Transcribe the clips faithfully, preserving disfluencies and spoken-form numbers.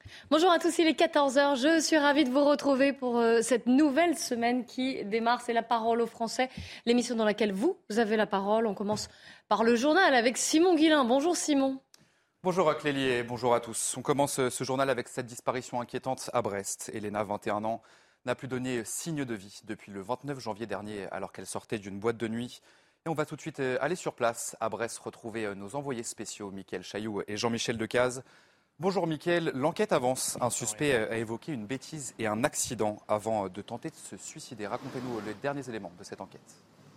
Bonjour à tous, il est quatorze heures. Je suis ravie de vous retrouver pour euh, cette nouvelle semaine qui démarre. C'est La Parole aux Français, l'émission dans laquelle vous, vous avez la parole. On commence par le journal avec Simon Guillain. Bonjour Simon. Bonjour à Clélie et bonjour à tous. On commence ce journal avec cette disparition inquiétante à Brest. Elena, vingt et un ans, n'a plus donné signe de vie depuis le vingt-neuf janvier dernier alors qu'elle sortait d'une boîte de nuit. Et on va tout de suite aller sur place à Brest retrouver nos envoyés spéciaux Mickaël Chailloux et Jean-Michel Decaze. Bonjour Mickaël, l'enquête avance. Un suspect a évoqué une bêtise et un accident avant de tenter de se suicider. Racontez-nous les derniers éléments de cette enquête.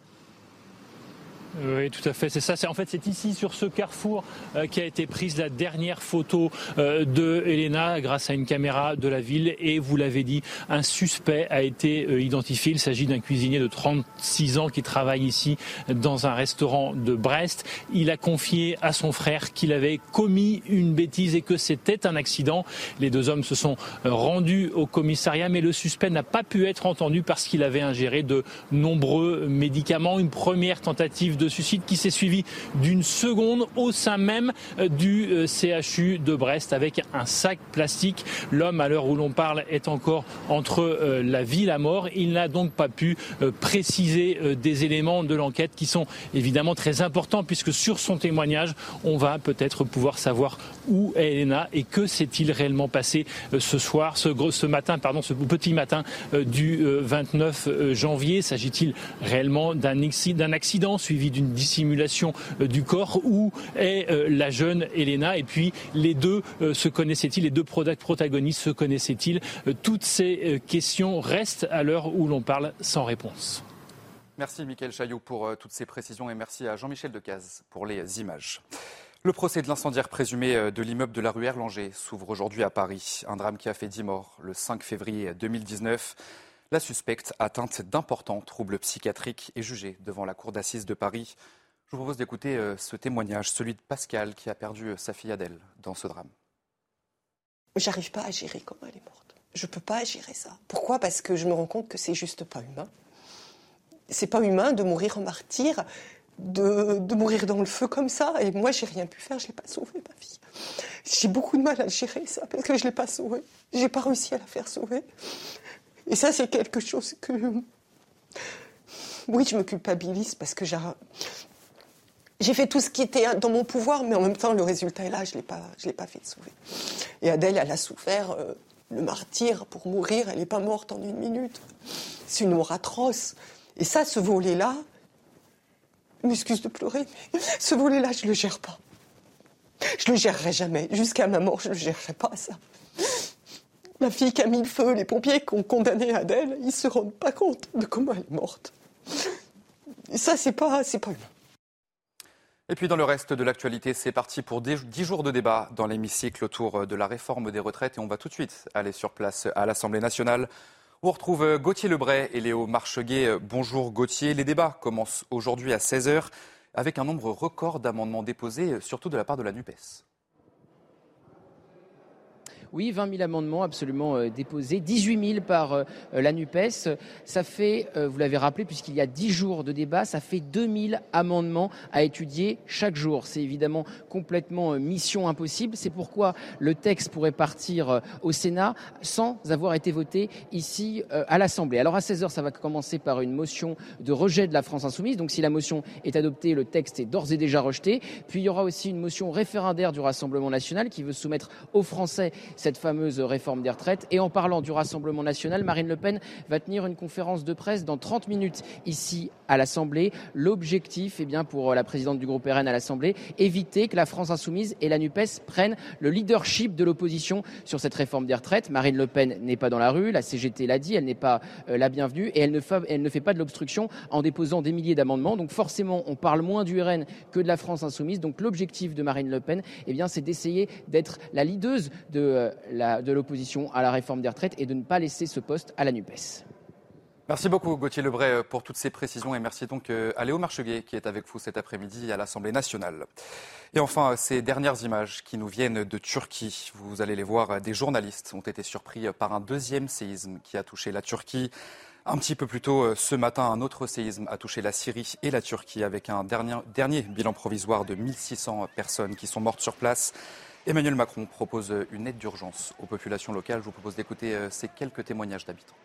Oui, tout à fait, c'est ça. C'est, en fait, c'est ici, sur ce carrefour, euh, qui a été prise la dernière photo euh, de Elena grâce à une caméra de la ville. Et vous l'avez dit, un suspect a été euh, identifié. Il s'agit d'un cuisinier de trente-six ans qui travaille ici dans un restaurant de Brest. Il a confié à son frère qu'il avait commis une bêtise et que c'était un accident. Les deux hommes se sont euh, rendus au commissariat, mais le suspect n'a pas pu être entendu parce qu'il avait ingéré de nombreux médicaments. Une première tentative de de suicide qui s'est suivi d'une seconde au sein même du C H U de Brest avec un sac plastique. L'homme, à l'heure où l'on parle, est encore entre la vie et la mort. Il n'a donc pas pu préciser des éléments de l'enquête qui sont évidemment très importants puisque sur son témoignage, on va peut-être pouvoir savoir où est Elena et que s'est-il réellement passé ce soir, ce, gros, ce matin, pardon, ce petit matin du vingt-neuf janvier. S'agit-il réellement d'un accident suivi d'une dissimulation du corps? Où est la jeune Elena? Et puis les deux se connaissaient-ils? Les deux protagonistes se connaissaient-ils? Toutes ces questions restent à l'heure où l'on parle sans réponse. Merci Mickaël Chailloux pour toutes ces précisions et merci à Jean-Michel Decaze pour les images. Le procès de l'incendiaire présumé de l'immeuble de la rue Erlanger s'ouvre aujourd'hui à Paris. Un drame qui a fait dix morts le cinq février deux mille dix-neuf. La suspecte, atteinte d'importants troubles psychiatriques, est jugée devant la cour d'assises de Paris. Je vous propose d'écouter ce témoignage, celui de Pascal, qui a perdu sa fille Adèle dans ce drame. J'arrive pas à gérer comment elle est morte. Je peux pas gérer ça. Pourquoi ? Parce que je me rends compte que c'est juste pas humain. C'est pas humain de mourir en martyr, de, de mourir dans le feu comme ça. Et moi, j'ai rien pu faire, je l'ai pas sauvée, ma fille. J'ai beaucoup de mal à gérer ça, parce que je l'ai pas sauvée. J'ai pas réussi à la faire sauver. Et ça, c'est quelque chose que... Oui, je me culpabilise parce que j'ai... j'ai fait tout ce qui était dans mon pouvoir, mais en même temps, le résultat est là, je ne l'ai pas, je l'ai pas fait sauver. Et Adèle, elle a souffert euh, le martyre pour mourir, elle n'est pas morte en une minute. C'est une mort atroce. Et ça, ce volet-là, je m'excuse de pleurer, mais ce volet-là, je ne le gère pas. Je ne le gérerai jamais. Jusqu'à ma mort, je ne le gérerai pas, ça. La fille qui a mis le feu, les pompiers qui ont condamné Adèle, ils ne se rendent pas compte de comment elle est morte. Et ça, c'est pas, c'est pas humain. Et puis dans le reste de l'actualité, c'est parti pour dix jours de débat dans l'hémicycle autour de la réforme des retraites. Et on va tout de suite aller sur place à l'Assemblée nationale où on retrouve Gauthier Lebray et Léo Marcheguet. Bonjour Gauthier. Les débats commencent aujourd'hui à seize heures avec un nombre record d'amendements déposés, surtout de la part de la NUPES. Oui, vingt mille amendements absolument euh, déposés, dix-huit mille par euh, la NUPES. Ça fait, euh, vous l'avez rappelé, puisqu'il y a dix jours de débat, ça fait deux mille amendements à étudier chaque jour. C'est évidemment complètement euh, mission impossible. C'est pourquoi le texte pourrait partir euh, au Sénat sans avoir été voté ici euh, à l'Assemblée. Alors à seize heures, ça va commencer par une motion de rejet de la France Insoumise. Donc si la motion est adoptée, le texte est d'ores et déjà rejeté. Puis il y aura aussi une motion référendaire du Rassemblement national qui veut soumettre aux Français cette fameuse réforme des retraites. Et en parlant du Rassemblement national, Marine Le Pen va tenir une conférence de presse dans trente minutes ici à l'Assemblée. L'objectif, eh bien, pour la présidente du groupe R N à l'Assemblée, éviter que la France Insoumise et la NUPES prennent le leadership de l'opposition sur cette réforme des retraites. Marine Le Pen n'est pas dans la rue, la C G T l'a dit, elle n'est pas euh, la bienvenue et elle ne, fa- elle ne fait pas de l'obstruction en déposant des milliers d'amendements. Donc forcément, on parle moins du R N que de la France Insoumise. Donc l'objectif de Marine Le Pen, eh bien, c'est d'essayer d'être la leaduse de euh, La, de l'opposition à la réforme des retraites et de ne pas laisser ce poste à la NUPES. Merci beaucoup Gauthier Lebray pour toutes ces précisions et merci donc à Léo Marcheguet qui est avec vous cet après-midi à l'Assemblée nationale. Et enfin, ces dernières images qui nous viennent de Turquie, vous allez les voir, des journalistes ont été surpris par un deuxième séisme qui a touché la Turquie. Un petit peu plus tôt ce matin, un autre séisme a touché la Syrie et la Turquie avec un dernier, dernier bilan provisoire de mille six cents personnes qui sont mortes sur place. Emmanuel Macron propose une aide d'urgence aux populations locales. Je vous propose d'écouter ces quelques témoignages d'habitants.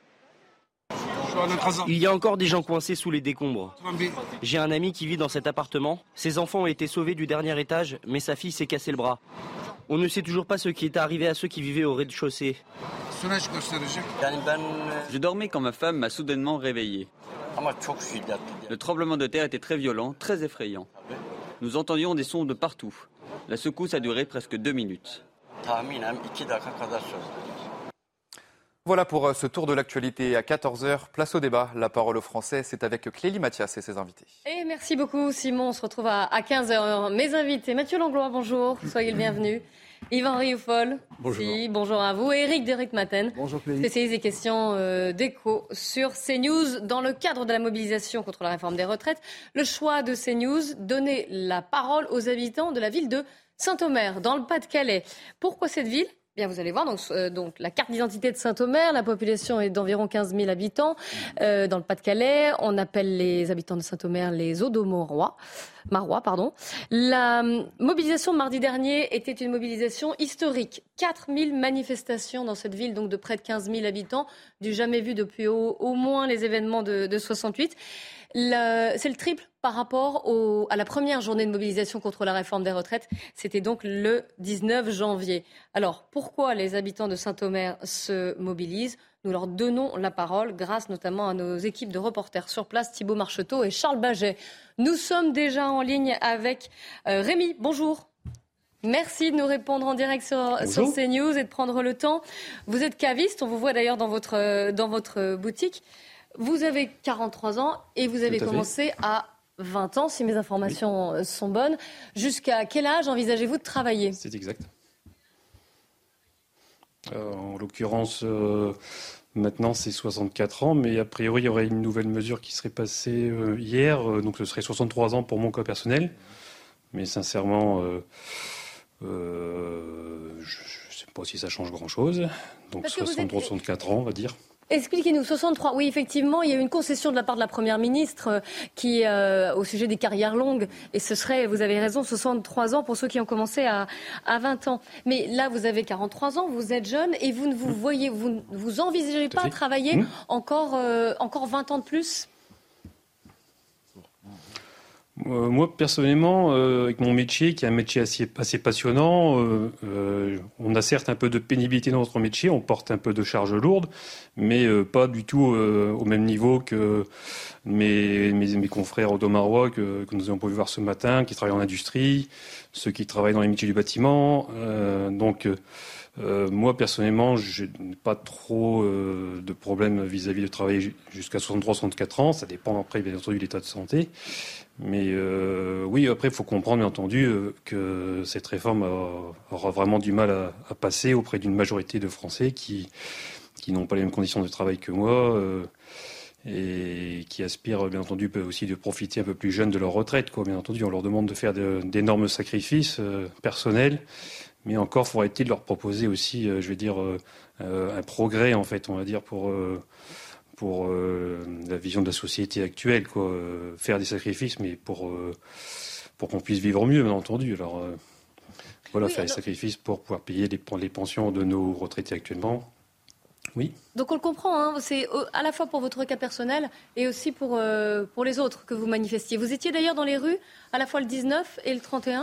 Il y a encore des gens coincés sous les décombres. J'ai un ami qui vit dans cet appartement. Ses enfants ont été sauvés du dernier étage, mais sa fille s'est cassé le bras. On ne sait toujours pas ce qui est arrivé à ceux qui vivaient au rez-de-chaussée. Je dormais quand ma femme m'a soudainement réveillé. Le tremblement de terre était très violent, très effrayant. Nous entendions des sons de partout. La secousse a duré presque deux minutes. Voilà pour ce tour de l'actualité à quatorze heures. Place au débat. La parole aux Français, c'est avec Clélie Mathias et ses invités. Et merci beaucoup Simon. On se retrouve à, à quinze heures. Mes invités, Mathieu Langlois, bonjour. Soyez le bienvenu. Yvan Rioufol. Bonjour. Si, bonjour à vous. Éric de Ritmaten. Bonjour Clélie. Spécialiste des questions euh, d'écho sur CNews. Dans le cadre de la mobilisation contre la réforme des retraites, le choix de CNews, donner la parole aux habitants de la ville de Saint-Omer, dans le Pas-de-Calais. Pourquoi cette ville ? Bien, vous allez voir, donc, euh, donc la carte d'identité de Saint-Omer, la population est d'environ quinze mille habitants euh, dans le Pas-de-Calais. On appelle les habitants de Saint-Omer les Odomarois. Marois, pardon. La mobilisation de mardi dernier était une mobilisation historique. quatre mille manifestations dans cette ville, donc de près de quinze mille habitants, du jamais vu depuis au, au moins les événements de, de soixante-huit. Le, c'est le triple par rapport au, à la première journée de mobilisation contre la réforme des retraites. C'était donc le dix-neuf janvier. Alors, pourquoi les habitants de Saint-Omer se mobilisent ? Nous leur donnons la parole grâce notamment à nos équipes de reporters sur place, Thibaut Marcheteau et Charles Baget. Nous sommes déjà en ligne avec euh, Rémi. Bonjour. Merci de nous répondre en direct sur, sur CNews et de prendre le temps. Vous êtes caviste, on vous voit d'ailleurs dans votre, dans votre boutique. Vous avez quarante-trois ans et vous avez commencé à vingt ans, si mes informations oui. sont bonnes. Jusqu'à quel âge envisagez-vous de travailler ? C'est exact. Euh, en l'occurrence, euh, maintenant c'est soixante-quatre ans, mais a priori il y aurait une nouvelle mesure qui serait passée euh, hier, euh, donc ce serait soixante-trois ans pour mon cas personnel. Mais sincèrement, euh, euh, je ne sais pas si ça change grand-chose. Donc soixante-trois, êtes... soixante-quatre ans, on va dire. Expliquez-nous, soixante-trois. Oui, effectivement, il y a eu une concession de la part de la Première ministre euh, qui, euh, au sujet des carrières longues, et ce serait, vous avez raison, soixante-trois ans pour ceux qui ont commencé à, à vingt ans. Mais là, vous avez quarante-trois ans, vous êtes jeune et vous ne vous voyez, vous ne vous envisagez pas travailler mmh. encore, euh, encore vingt ans de plus ? Euh, moi, personnellement, euh, avec mon métier, qui est un métier assez, assez passionnant, euh, euh, on a certes un peu de pénibilité dans notre métier, on porte un peu de charges lourdes, mais euh, pas du tout euh, au même niveau que mes, mes, mes confrères odomarois que, que nous avons pu voir ce matin, qui travaillent en industrie, ceux qui travaillent dans les métiers du bâtiment. Euh, donc, euh, moi, personnellement, je n'ai pas trop euh, de problème vis-à-vis de travailler jusqu'à soixante-trois soixante-quatre ans. Ça dépend après, bien entendu, de l'état de santé. Mais euh, oui, après, il faut comprendre, bien entendu, euh, que cette réforme a, aura vraiment du mal à, à passer auprès d'une majorité de Français qui, qui n'ont pas les mêmes conditions de travail que moi euh, et qui aspirent, bien entendu, aussi de profiter un peu plus jeunes de leur retraite, quoi. Bien entendu, on leur demande de faire de, d'énormes sacrifices euh, personnels, mais encore, il faut arrêter de leur proposer aussi, euh, je vais dire, euh, euh, un progrès, en fait, on va dire, pour... Euh, pour euh, la vision de la société actuelle, quoi. Euh, faire des sacrifices, mais pour, euh, pour qu'on puisse vivre mieux, bien entendu. Alors, euh, voilà, oui, faire alors... des sacrifices pour pouvoir payer les, les pensions de nos retraités actuellement. Oui. Donc on le comprend, hein, c'est à la fois pour votre cas personnel et aussi pour, euh, pour les autres que vous manifestiez. Vous étiez d'ailleurs dans les rues, à la fois le dix-neuf et le trente et un ?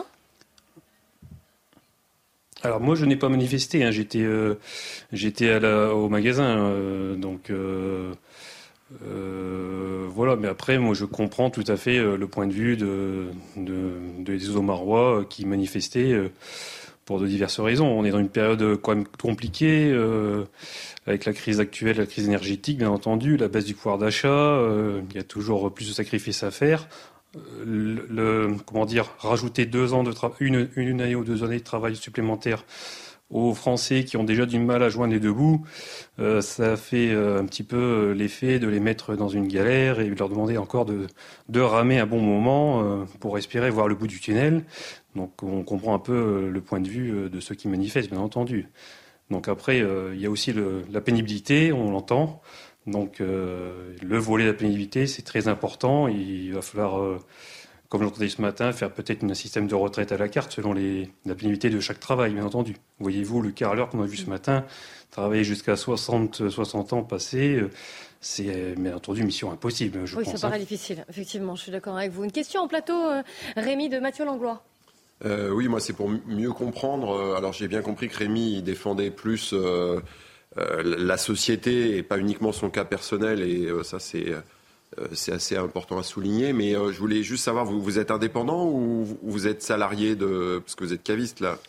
Alors moi je n'ai pas manifesté, hein. j'étais, euh, j'étais à la, au magasin, euh, donc euh, euh, voilà. Mais après moi je comprends tout à fait euh, le point de vue de, de, de des Odomarois qui manifestaient euh, pour de diverses raisons. On est dans une période quand même compliquée euh, avec la crise actuelle, la crise énergétique bien entendu, la baisse du pouvoir d'achat. Euh, il y a toujours plus de sacrifices à faire. Le, le, comment dire, rajouter deux ans de tra- une, une année ou deux années de travail supplémentaires aux Français qui ont déjà du mal à joindre les deux bouts, euh, ça fait euh, un petit peu l'effet de les mettre dans une galère et de leur demander encore de, de ramer un bon moment euh, pour espérer voir le bout du tunnel. Donc on comprend un peu le point de vue de ceux qui manifestent, bien entendu. Donc après, euh, il y a aussi le, la pénibilité, on l'entend. Donc euh, le volet de la pénibilité, c'est très important. Il va falloir euh, comme j'entendais ce matin, faire peut-être un système de retraite à la carte selon les, la pénibilité de chaque travail, bien entendu. Voyez-vous, le carreleur qu'on a vu ce matin, travailler jusqu'à soixante, soixante ans passés, c'est bien entendu mission impossible, je oui, pense. Oui, ça paraît hein. difficile, effectivement, je suis d'accord avec vous. Une question en plateau, euh, Rémi de Mathieu Langlois. Euh, oui, moi c'est pour mieux comprendre. Alors j'ai bien compris que Rémi il défendait plus euh, euh, la société et pas uniquement son cas personnel, et euh, ça c'est... Euh, c'est assez important à souligner, mais euh, je voulais juste savoir, vous, vous êtes indépendant ou vous êtes salarié de... Parce que vous êtes caviste, là.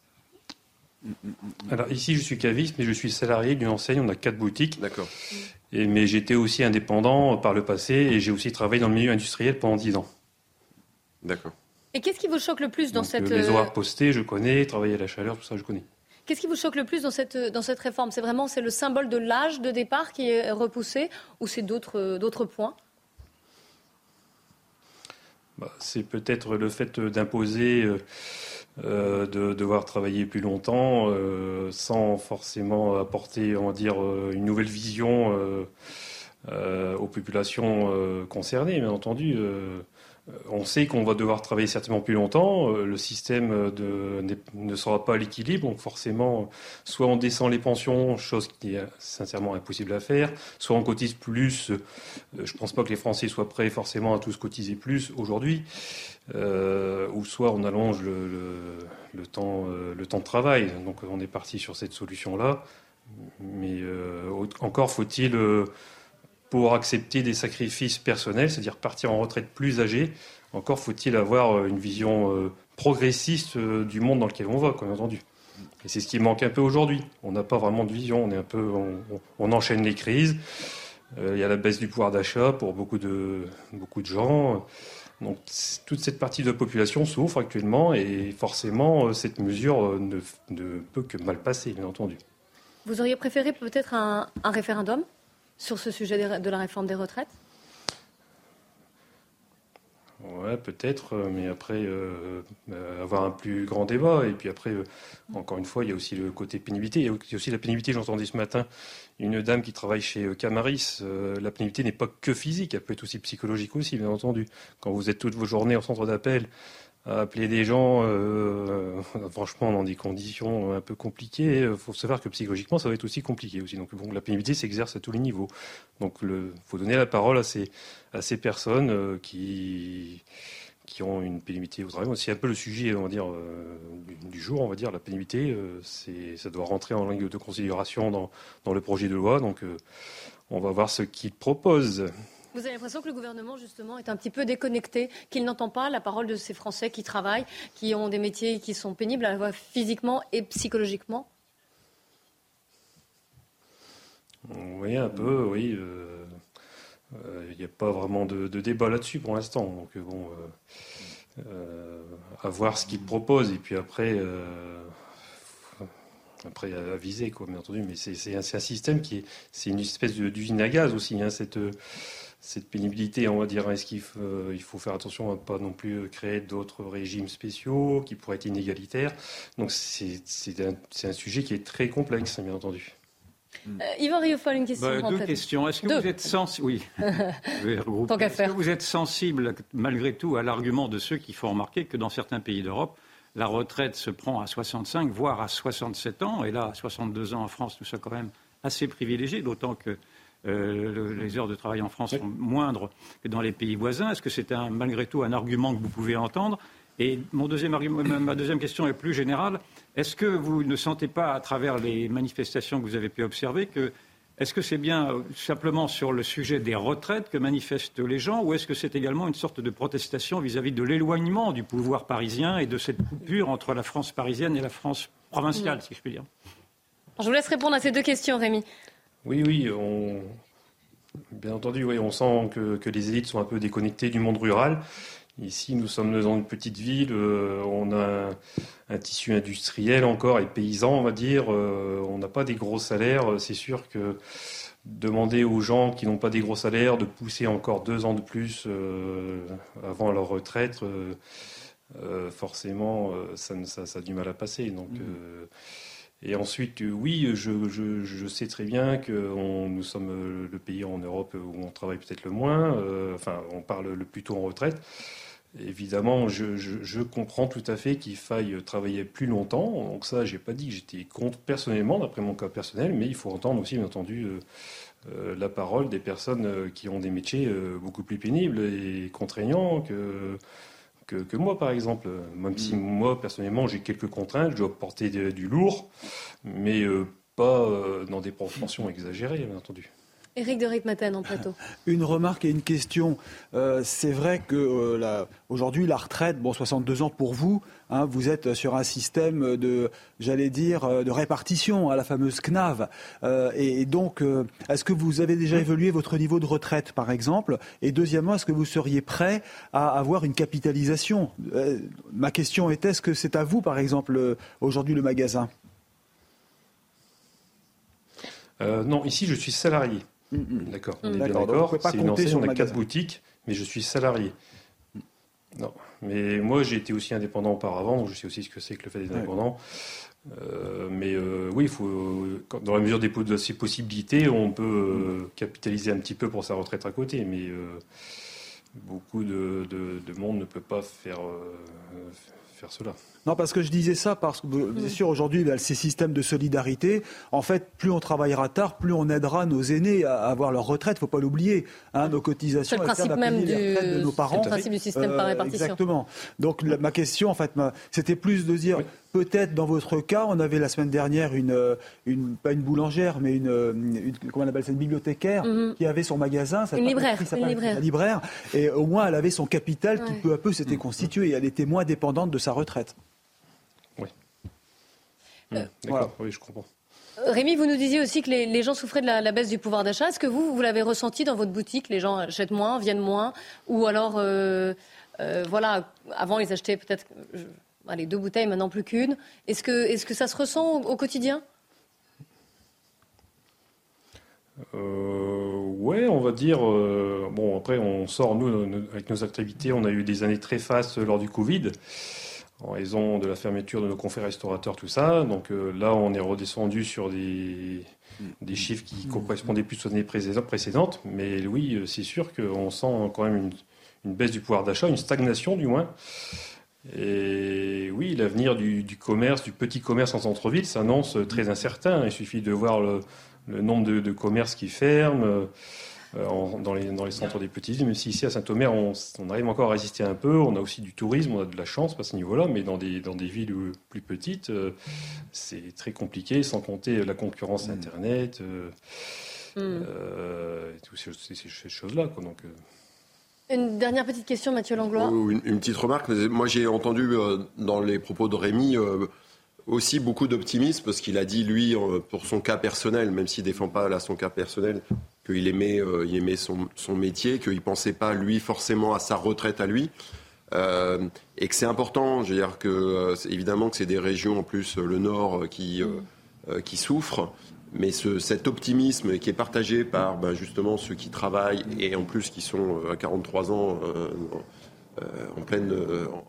Alors ici, je suis caviste, mais je suis salarié d'une enseigne, on a quatre boutiques. D'accord. Et, mais j'étais aussi indépendant par le passé et j'ai aussi travaillé dans le milieu industriel pendant dix ans. D'accord. Et qu'est-ce qui vous choque le plus dans Donc, cette... Les horaires postés, je connais, travailler à la chaleur, tout ça, je connais. Qu'est-ce qui vous choque le plus dans cette, dans cette réforme ? C'est vraiment c'est le symbole de l'âge de départ qui est repoussé ou c'est d'autres, d'autres points ? Bah, c'est peut-être le fait d'imposer euh, de devoir travailler plus longtemps euh, sans forcément apporter, on va dire, une nouvelle vision euh, euh, aux populations euh, concernées, bien entendu. Euh, On sait qu'on va devoir travailler certainement plus longtemps. Le système de, ne sera pas à l'équilibre. Donc forcément, soit on descend les pensions, chose qui est sincèrement impossible à faire, soit on cotise plus. Je ne pense pas que les Français soient prêts forcément à tous cotiser plus aujourd'hui. Euh, ou soit on allonge le, le, le, temps, le temps de travail. Donc on est parti sur cette solution-là. Mais euh, encore faut-il... Euh, pour accepter des sacrifices personnels, c'est-à-dire partir en retraite plus âgé, encore faut-il avoir une vision euh, progressiste euh, du monde dans lequel on va, bien entendu. Et c'est ce qui manque un peu aujourd'hui. On n'a pas vraiment de vision, on est un peu, on, on enchaîne les crises. Euh, il y a la baisse du pouvoir d'achat pour beaucoup de, beaucoup de gens. Donc toute cette partie de la population souffre actuellement et forcément cette mesure ne, ne peut que mal passer, bien entendu. Vous auriez préféré peut-être un, un référendum sur ce sujet de la réforme des retraites ? Ouais, peut-être, mais après, euh, avoir un plus grand débat. Et puis après, euh, encore une fois, il y a aussi le côté pénibilité. Il y a aussi la pénibilité, j'entendais ce matin, une dame qui travaille chez Camaris. Euh, la pénibilité n'est pas que physique, elle peut être aussi psychologique aussi, bien entendu. Quand vous êtes toutes vos journées en centre d'appel, à appeler des gens, euh, franchement, dans des conditions un peu compliquées. Il faut savoir que psychologiquement, ça va être aussi compliqué aussi. Donc, bon, la pénibilité s'exerce à tous les niveaux. Donc, il faut donner la parole à ces, à ces personnes euh, qui, qui ont une pénibilité au travail. C'est un peu le sujet, on va dire, euh, du, du jour, on va dire. La pénibilité, euh, c'est, ça doit rentrer en ligne de considération dans, dans le projet de loi. Donc, euh, on va voir ce qu'il propose. Vous avez l'impression que le gouvernement, justement, est un petit peu déconnecté, qu'il n'entend pas la parole de ces Français qui travaillent, qui ont des métiers qui sont pénibles à la fois physiquement et psychologiquement ? Oui, un peu, oui. Il euh, euh, n'y a pas vraiment de, de débat là-dessus pour l'instant. Donc, bon, euh, euh, à voir ce qu'ils proposent. Et puis après, euh, après à viser, quoi, bien entendu. Mais c'est, c'est, un, c'est un système qui est... C'est une espèce de, d'usine à gaz aussi, hein, cette... Cette pénibilité, on va dire, est-ce qu'il faut, euh, il faut faire attention à ne pas non plus créer d'autres régimes spéciaux qui pourraient être inégalitaires. Donc c'est, c'est, un, c'est un sujet qui est très complexe, bien entendu. Euh, Yvan Rieufol, une question. Bah, deux questions. Est-ce que deux. vous êtes sensible Oui. Tant qu'à Est-ce faire. que vous êtes sensible, malgré tout, à l'argument de ceux qui font remarquer que dans certains pays d'Europe, la retraite se prend à soixante-cinq, voire à soixante-sept ans, et là, à soixante-deux ans en France, nous sommes quand même assez privilégiés, d'autant que Euh, le, les heures de travail en France oui. sont moindres que dans les pays voisins. Est-ce que c'est un, malgré tout un argument que vous pouvez entendre ? Et mon deuxième argument, ma deuxième question est plus générale. Est-ce que vous ne sentez pas, à travers les manifestations que vous avez pu observer, que est-ce que c'est bien euh, simplement sur le sujet des retraites que manifestent les gens, ou est-ce que c'est également une sorte de protestation vis-à-vis de l'éloignement du pouvoir parisien et de cette coupure entre la France parisienne et la France provinciale, mmh. si je puis dire ? Je vous laisse répondre à ces deux questions, Rémi. Oui, oui, on... bien entendu, oui, on sent que, que les élites sont un peu déconnectées du monde rural. Ici, nous sommes dans une petite ville, euh, on a un, un tissu industriel encore et paysan, on va dire. Euh, on n'a pas des gros salaires. C'est sûr que demander aux gens qui n'ont pas des gros salaires de pousser encore deux ans de plus euh, avant leur retraite, euh, euh, forcément, ça, ça, ça a du mal à passer. Donc... Mmh. Euh, Et ensuite, oui, je, je, je sais très bien que on, nous sommes le pays en Europe où on travaille peut-être le moins. Euh, enfin, on parle le plus tôt en retraite. Évidemment, je, je, je comprends tout à fait qu'il faille travailler plus longtemps. Donc ça, j'ai pas dit que j'étais contre personnellement, d'après mon cas personnel, mais il faut entendre aussi, bien entendu, euh, euh, la parole des personnes euh, qui ont des métiers euh, beaucoup plus pénibles et contraignants que, que, que moi, par exemple. Même si moi, personnellement, j'ai quelques contraintes, je dois porter de, du lourd, mais euh, pas euh, dans des proportions exagérées, bien entendu. Éric de Ritmaten en plateau. Une remarque et une question. Euh, c'est vrai que euh, la, aujourd'hui, la retraite, bon, soixante-deux ans pour vous, hein, vous êtes sur un système de, j'allais dire, de répartition, à la fameuse C N A V. Euh, et, et donc, euh, est-ce que vous avez déjà évalué votre niveau de retraite, par exemple? Et deuxièmement, est-ce que vous seriez prêt à avoir une capitalisation? euh, Ma question est, est-ce que c'est à vous, par exemple, aujourd'hui, le magasin? euh, Non, ici, je suis salarié. Mmh. D'accord, on est d'accord. bien d'accord. C'est une enseigne, on a magasin. quatre boutiques, mais je suis salarié. Non, mais moi j'ai été aussi indépendant auparavant, donc je sais aussi ce que c'est que le fait d'être indépendant. Euh, mais euh, oui, il faut, dans la mesure des, de ses possibilités, on peut euh, capitaliser un petit peu pour sa retraite à côté, mais euh, beaucoup de, de, de monde ne peut pas faire, euh, faire cela. Non, parce que je disais ça, parce que bien sûr, aujourd'hui, ces systèmes de solidarité, en fait, plus on travaillera tard, plus on aidera nos aînés à avoir leur retraite, il ne faut pas l'oublier. Hein, nos cotisations, c'est le principe même du... de nos parents. C'est le principe du système euh, par répartition. Exactement. Donc la, ma question, en fait, ma, c'était plus de dire, oui. Peut-être dans votre cas, on avait la semaine dernière une, une pas une boulangère, mais une, une comment on appelle ça, une bibliothécaire mm-hmm. qui avait son magasin, ça une libraire, pris, ça une libraire. Une libraire, et au moins elle avait son capital ouais. qui peu à peu s'était constitué, et elle était moins dépendante de sa retraite. Oui. Euh, D'accord, voilà. Oui, je comprends. Rémi, vous nous disiez aussi que les, les gens souffraient de la, la baisse du pouvoir d'achat. Est-ce que vous, vous l'avez ressenti dans votre boutique? Les gens achètent moins, viennent moins? Ou alors, euh, euh, voilà, avant ils achetaient peut-être euh, allez, deux bouteilles, maintenant plus qu'une. Est-ce que, est-ce que ça se ressent au, au quotidien? euh, Ouais, on va dire... Euh, bon, après, on sort, nous, nos, avec nos activités, on a eu des années très fastes lors du Covid, en raison de la fermeture de nos confrères restaurateurs, tout ça. Donc euh, là, on est redescendu sur des, des chiffres qui correspondaient plus aux années précédentes. Mais oui, c'est sûr qu'on sent quand même une, une baisse du pouvoir d'achat, une stagnation du moins. Et oui, l'avenir du, du commerce, du petit commerce en centre-ville s'annonce très incertain. Il suffit de voir le, le nombre de, de commerces qui ferment. En, dans, les, dans les centres des petites villes, même si ici à Saint-Omer on, on arrive encore à résister un peu, on a aussi du tourisme, on a de la chance à ce niveau-là, mais dans des, dans des villes plus petites, euh, c'est très compliqué, sans compter la concurrence mmh. Internet, euh, mmh. euh, et toutes ces, ces, ces choses-là. Quoi, donc, euh... Une dernière petite question, Mathieu Langlois. Euh, une, une petite remarque, moi j'ai entendu euh, dans les propos de Rémi euh, aussi beaucoup d'optimisme, parce qu'il a dit, lui, euh, pour son cas personnel, même s'il ne défend pas là, son cas personnel, qu'il aimait, euh, il aimait son, son métier, qu'il ne pensait pas, lui, forcément à sa retraite à lui. Euh, et que c'est important, je veux dire que, euh, évidemment que c'est des régions, en plus, le Nord, qui, euh, euh, qui souffrent. Mais ce, cet optimisme qui est partagé par ben, justement ceux qui travaillent et en plus qui sont à quarante-trois ans euh, euh, en pleine... Euh, en,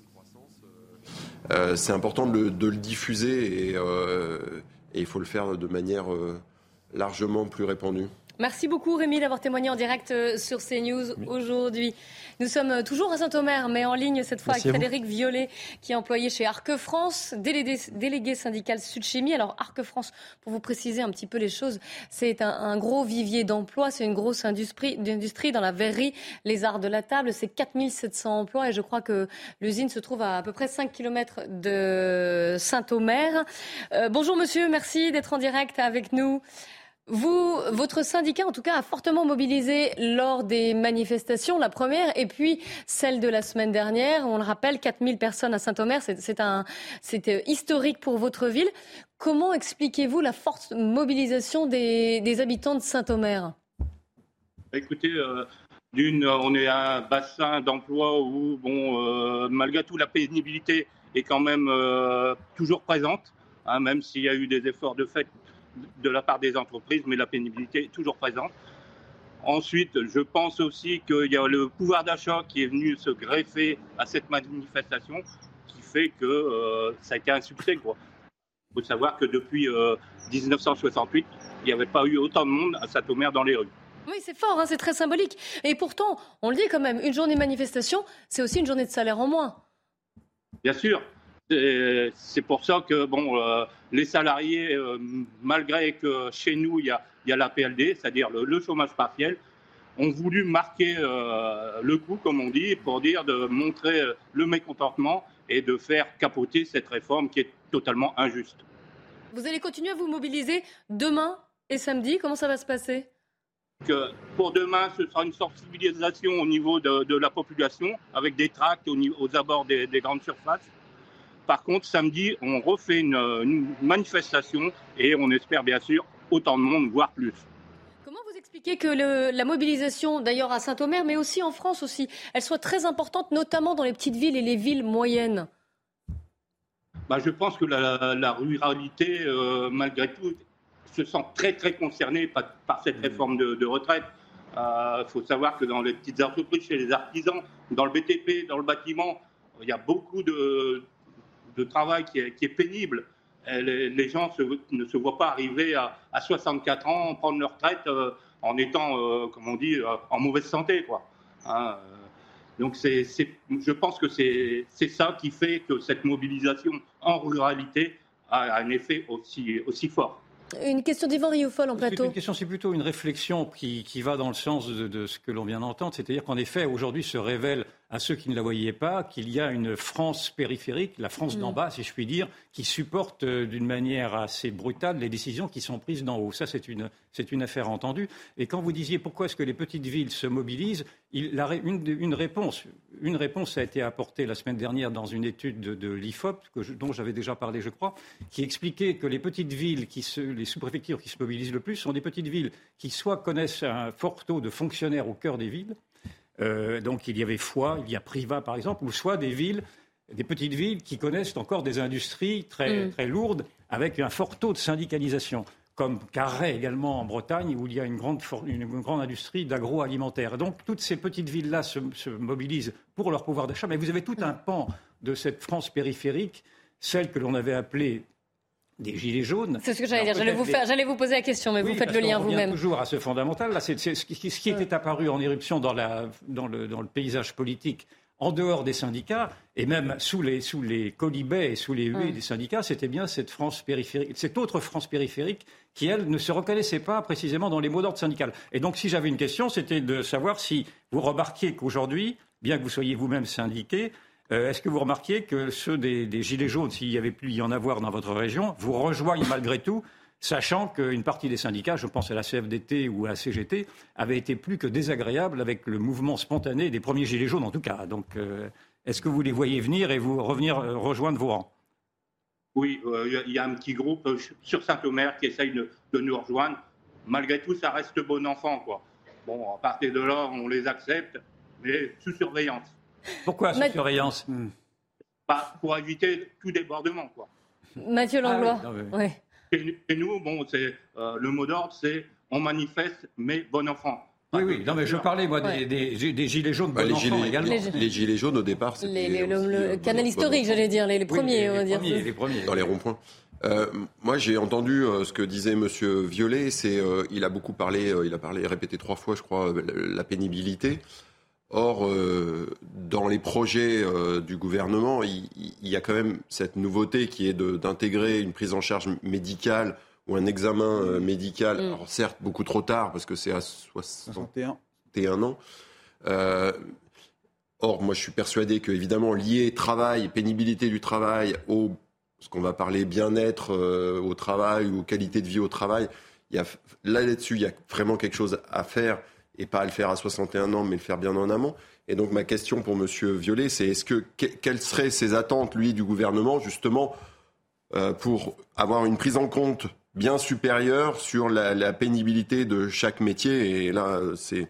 Euh, c'est important de le, de le diffuser et, euh, et il faut le faire de manière euh, largement plus répandue. Merci beaucoup Rémi d'avoir témoigné en direct sur CNews oui. aujourd'hui. Nous sommes toujours à Saint-Omer, mais en ligne cette fois Merci avec Frédéric Violet, qui est employé chez Arc France, délégué, délégué syndical Sud-Chimie. Alors Arc France, pour vous préciser un petit peu les choses, c'est un, un gros vivier d'emplois, c'est une grosse industrie, industrie dans la verrerie, les arts de la table, c'est quatre mille sept cents emplois et je crois que l'usine se trouve à à peu près cinq kilomètres de Saint-Omer. Euh, bonjour monsieur, merci d'être en direct avec nous. Vous, votre syndicat, en tout cas, a fortement mobilisé lors des manifestations, la première, et puis celle de la semaine dernière. On le rappelle, quatre mille personnes à Saint-Omer, c'est, c'est, un, c'est historique pour votre ville. Comment expliquez-vous la forte mobilisation des, des habitants de Saint-Omer ? Écoutez, euh, d'une, on est un bassin d'emploi où, bon, euh, malgré tout, la pénibilité est quand même euh, toujours présente, hein, même s'il y a eu des efforts de fait de la part des entreprises, mais la pénibilité est toujours présente. Ensuite, je pense aussi qu'il y a le pouvoir d'achat qui est venu se greffer à cette manifestation, qui fait que euh, ça a été un succès, quoi. Il faut savoir que depuis euh, dix-neuf cent soixante-huit, il n'y avait pas eu autant de monde à Saint-Omer dans les rues. Oui, c'est fort, hein, c'est très symbolique. Et pourtant, on le dit quand même, une journée de manifestation, c'est aussi une journée de salaire en moins. Bien sûr. Et c'est pour ça que bon, euh, les salariés, euh, malgré que chez nous, il y a, il y a la P L D, c'est-à-dire le, le chômage partiel, ont voulu marquer euh, le coup, comme on dit, pour dire de montrer le mécontentement et de faire capoter cette réforme qui est totalement injuste. Vous allez continuer à vous mobiliser demain et samedi. Comment ça va se passer ? Que pour demain, ce sera une sensibilisation au niveau de, de la population, avec des tracts au niveau, aux abords des, des grandes surfaces. Par contre, samedi, on refait une, une manifestation et on espère bien sûr autant de monde, voire plus. Comment vous expliquez que le, la mobilisation, d'ailleurs à Saint-Omer, mais aussi en France aussi, elle soit très importante, notamment dans les petites villes et les villes moyennes ? Bah, je pense que la, la ruralité, euh, malgré tout, se sent très très concernée par, par cette réforme de, de retraite. Il euh, faut savoir que dans les petites entreprises, chez les artisans, dans le B T P, dans le bâtiment, il y a beaucoup de, de travail qui est, qui est pénible. Et les, les gens se, ne se voient pas arriver à, à soixante-quatre ans, prendre leur retraite euh, en étant, euh, comme on dit, euh, en mauvaise santé, quoi. Hein, euh, donc c'est, c'est, je pense que c'est, c'est ça qui fait que cette mobilisation en ruralité a un effet aussi, aussi fort. Une question d'Yvan Rioufol en plateau. C'est une question, c'est plutôt une réflexion qui, qui va dans le sens de, de ce que l'on vient d'entendre. C'est-à-dire qu'en effet, aujourd'hui, se révèle à ceux qui ne la voyaient pas qu'il y a une France périphérique, la France mmh. d'en bas, si je puis dire, qui supporte d'une manière assez brutale les décisions qui sont prises d'en haut. Ça, c'est une, c'est une affaire entendue. Et quand vous disiez pourquoi est-ce que les petites villes se mobilisent, il, la, une, une, réponse, une réponse a été apportée la semaine dernière dans une étude de, de l'I F O P, que je, dont j'avais déjà parlé, je crois, qui expliquait que les petites villes, qui se, les sous-préfectures qui se mobilisent le plus, sont des petites villes qui soit connaissent un fort taux de fonctionnaires au cœur des villes. Euh, donc il y avait Foix, il y a Privas par exemple, ou soit des villes, des petites villes qui connaissent encore des industries très, mmh. très lourdes avec un fort taux de syndicalisation, comme Carhaix également en Bretagne où il y a une grande, une grande industrie d'agroalimentaire. Donc toutes ces petites villes-là se, se mobilisent pour leur pouvoir d'achat, mais vous avez tout un pan de cette France périphérique, celle que l'on avait appelée des gilets jaunes. C'est ce que j'allais Alors, dire. J'allais vous, faire, les... j'allais vous poser la question, mais oui, vous faites le lien vous-même. Toujours à ce fondamental. Là, c'est, c'est ce qui, ce qui était apparu en éruption dans, la, dans, le, dans le paysage politique, en dehors des syndicats, et même sous les, sous les colibets et sous les huées mmh. des syndicats, c'était bien cette France périphérique, cette autre France périphérique qui, elle, ne se reconnaissait pas précisément dans les mots d'ordre syndical. Et donc, si j'avais une question, c'était de savoir si vous remarquiez qu'aujourd'hui, bien que vous soyez vous-même syndiqué, Euh, est-ce que vous remarquiez que ceux des, des Gilets jaunes, s'il y avait pu y en avoir dans votre région, vous rejoignent malgré tout, sachant qu'une partie des syndicats, je pense à la C F D T ou à la C G T, avait été plus que désagréable avec le mouvement spontané des premiers Gilets jaunes en tout cas. Donc euh, est-ce que vous les voyez venir et vous revenir euh, rejoindre vos rangs ? Oui, il euh, y, y a un petit groupe euh, sur Saint-Omer qui essaye de, de nous rejoindre. Malgré tout, ça reste bon enfant, quoi. Bon, à partir de là, on les accepte, mais sous surveillance. Pourquoi sous surveillance ? Bah, pour éviter tout débordement, quoi. Mathieu Langlois. Ah, oui. Non, mais... et, et nous, bon, c'est, euh, le mot d'ordre, c'est on manifeste, mais bon enfant. Oui, oui, non, mais je parlais, moi, ouais. des, des, des gilets jaunes, bah, bon les enfant gilets, également. Les, les gilets jaunes, au départ, c'était... Les, les, le, le canal historique, j'allais dire, les, les premiers, oui, les, on va les dire. Premiers, les premiers. Dans les ronds-points. Euh, moi, j'ai entendu euh, ce que disait Monsieur Violet. C'est, euh, il a beaucoup parlé, euh, il a parlé, répété trois fois, je crois, euh, la, la pénibilité. Or, euh, dans les projets euh, du gouvernement, il, il y a quand même cette nouveauté qui est de, d'intégrer une prise en charge médicale ou un examen euh, médical. Mm. Alors certes, beaucoup trop tard parce que c'est à soixante et un ans. Euh, or, moi, je suis persuadé que, évidemment, lié travail, pénibilité du travail, au ce qu'on va parler bien-être euh, au travail ou qualité de vie au travail, il y a, là, là-dessus, il y a vraiment quelque chose à faire. Et pas à le faire à soixante et un ans, mais le faire bien en amont. Et donc ma question pour Monsieur Violet, c'est est-ce que, que quelles seraient ses attentes, lui, du gouvernement, justement, euh, pour avoir une prise en compte bien supérieure sur la, la pénibilité de chaque métier ? Et là, c'est...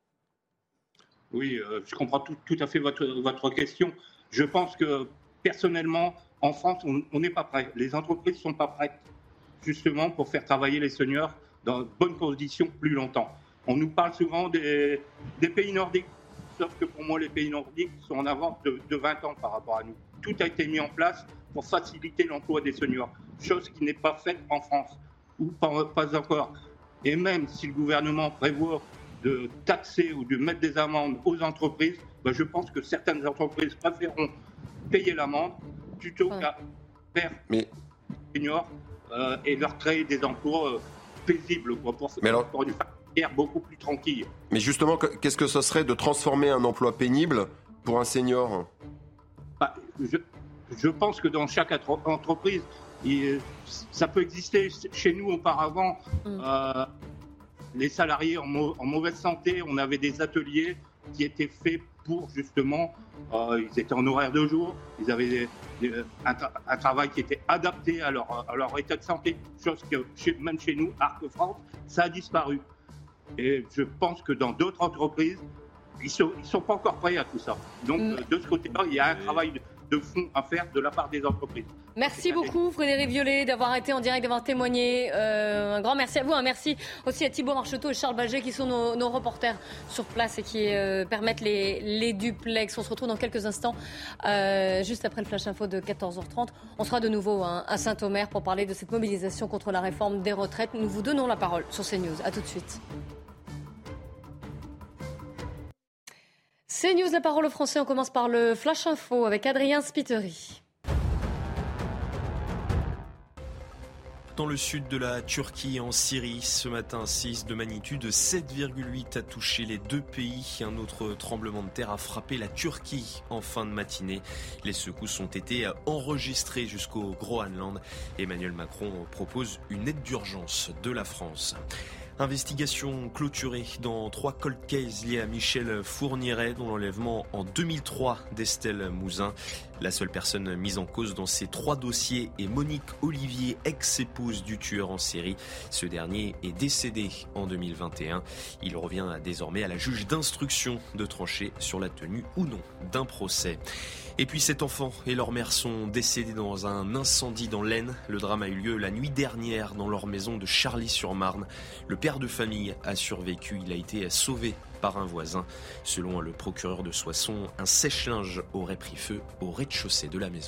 Oui, euh, je comprends tout, tout à fait votre, votre question. Je pense que, personnellement, en France, on n'est pas prêt. Les entreprises ne sont pas prêtes, justement, pour faire travailler les seniors dans de bonnes conditions plus longtemps. On nous parle souvent des, des pays nordiques, sauf que pour moi, les pays nordiques sont en avance de, de vingt ans par rapport à nous. Tout a été mis en place pour faciliter l'emploi des seniors, chose qui n'est pas faite en France, ou pas, pas encore. Et même si le gouvernement prévoit de taxer ou de mettre des amendes aux entreprises, ben je pense que certaines entreprises préféreront payer l'amende plutôt ouais. qu'à faire mais... seniors euh, et leur créer des emplois euh, paisibles quoi, pour, mais alors... pour une carrière beaucoup plus tranquille. Mais justement, qu'est-ce que ce serait de transformer un emploi pénible pour un senior ? bah, je, je pense que dans chaque entreprise, il, ça peut exister. Chez nous, auparavant, mm. euh, les salariés en, mau- en mauvaise santé, on avait des ateliers qui étaient faits pour justement, euh, ils étaient en horaire de jour, ils avaient des, des, un, tra- un travail qui était adapté à leur, à leur état de santé, chose que chez, même chez nous, Arc France, ça a disparu. Et je pense que dans d'autres entreprises, ils ne sont, ils sont pas encore prêts à tout ça. Donc mmh. de ce côté-là, il y a un travail de, de fond à faire de la part des entreprises. Merci beaucoup Frédéric Violet d'avoir été en direct, d'avoir témoigné. Euh, un grand merci à vous. Un merci aussi à Thibaut Marcheteau et Charles Baget qui sont nos, nos reporters sur place et qui euh, permettent les, les duplex. On se retrouve dans quelques instants, euh, juste après le Flash Info de quatorze heures trente. On sera de nouveau hein, à Saint-Omer pour parler de cette mobilisation contre la réforme des retraites. Nous vous donnons la parole sur CNews. À tout de suite. CNews, la parole aux Français. On commence par le Flash Info avec Adrien Spiteri. Dans le sud de la Turquie, en Syrie, ce matin, un séisme de magnitude sept virgule huit a touché les deux pays. Un autre tremblement de terre a frappé la Turquie en fin de matinée. Les secousses ont été enregistrées jusqu'au Groenland. Emmanuel Macron propose une aide d'urgence de la France. Investigation clôturée dans trois cold cases liés à Michel Fourniret, dont l'enlèvement en deux mille trois d'Estelle Mouzin. La seule personne mise en cause dans ces trois dossiers est Monique Olivier, ex-épouse du tueur en série. Ce dernier est décédé en deux mille vingt et un. Il revient désormais à la juge d'instruction de trancher sur la tenue ou non d'un procès. Et puis cet enfant et leur mère sont décédés dans un incendie dans l'Aisne. Le drame a eu lieu la nuit dernière dans leur maison de Charly-sur-Marne. Le père de famille a survécu, il a été sauvé par un voisin. Selon le procureur de Soissons, un sèche-linge aurait pris feu au rez-de-chaussée de la maison.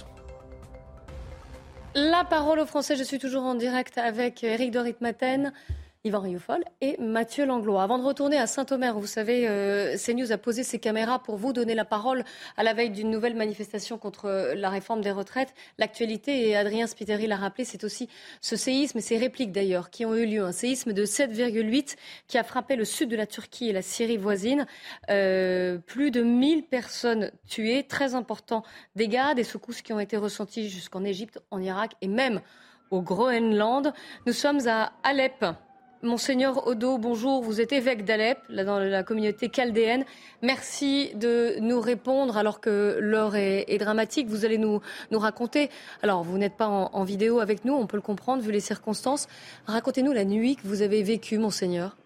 La parole aux Français, je suis toujours en direct avec Éric de Ritmaten, Yvan Rioufol et Mathieu Langlois. Avant de retourner à Saint-Omer, vous savez, euh, CNews a posé ses caméras pour vous donner la parole à la veille d'une nouvelle manifestation contre la réforme des retraites. L'actualité, et Adrien Spiteri l'a rappelé, c'est aussi ce séisme et ces répliques d'ailleurs qui ont eu lieu. Un séisme de sept virgule huit qui a frappé le sud de la Turquie et la Syrie voisine. Euh, plus de mille personnes tuées, très importants dégâts, des secousses qui ont été ressenties jusqu'en Égypte, en Irak et même au Groenland. Nous sommes à Alep. Monseigneur Odo, bonjour, vous êtes évêque d'Alep, là dans la communauté chaldéenne. Merci de nous répondre alors que l'heure est, est dramatique. Vous allez nous, nous raconter, alors vous n'êtes pas en, en vidéo avec nous, on peut le comprendre vu les circonstances. Racontez-nous la nuit que vous avez vécue, Monseigneur.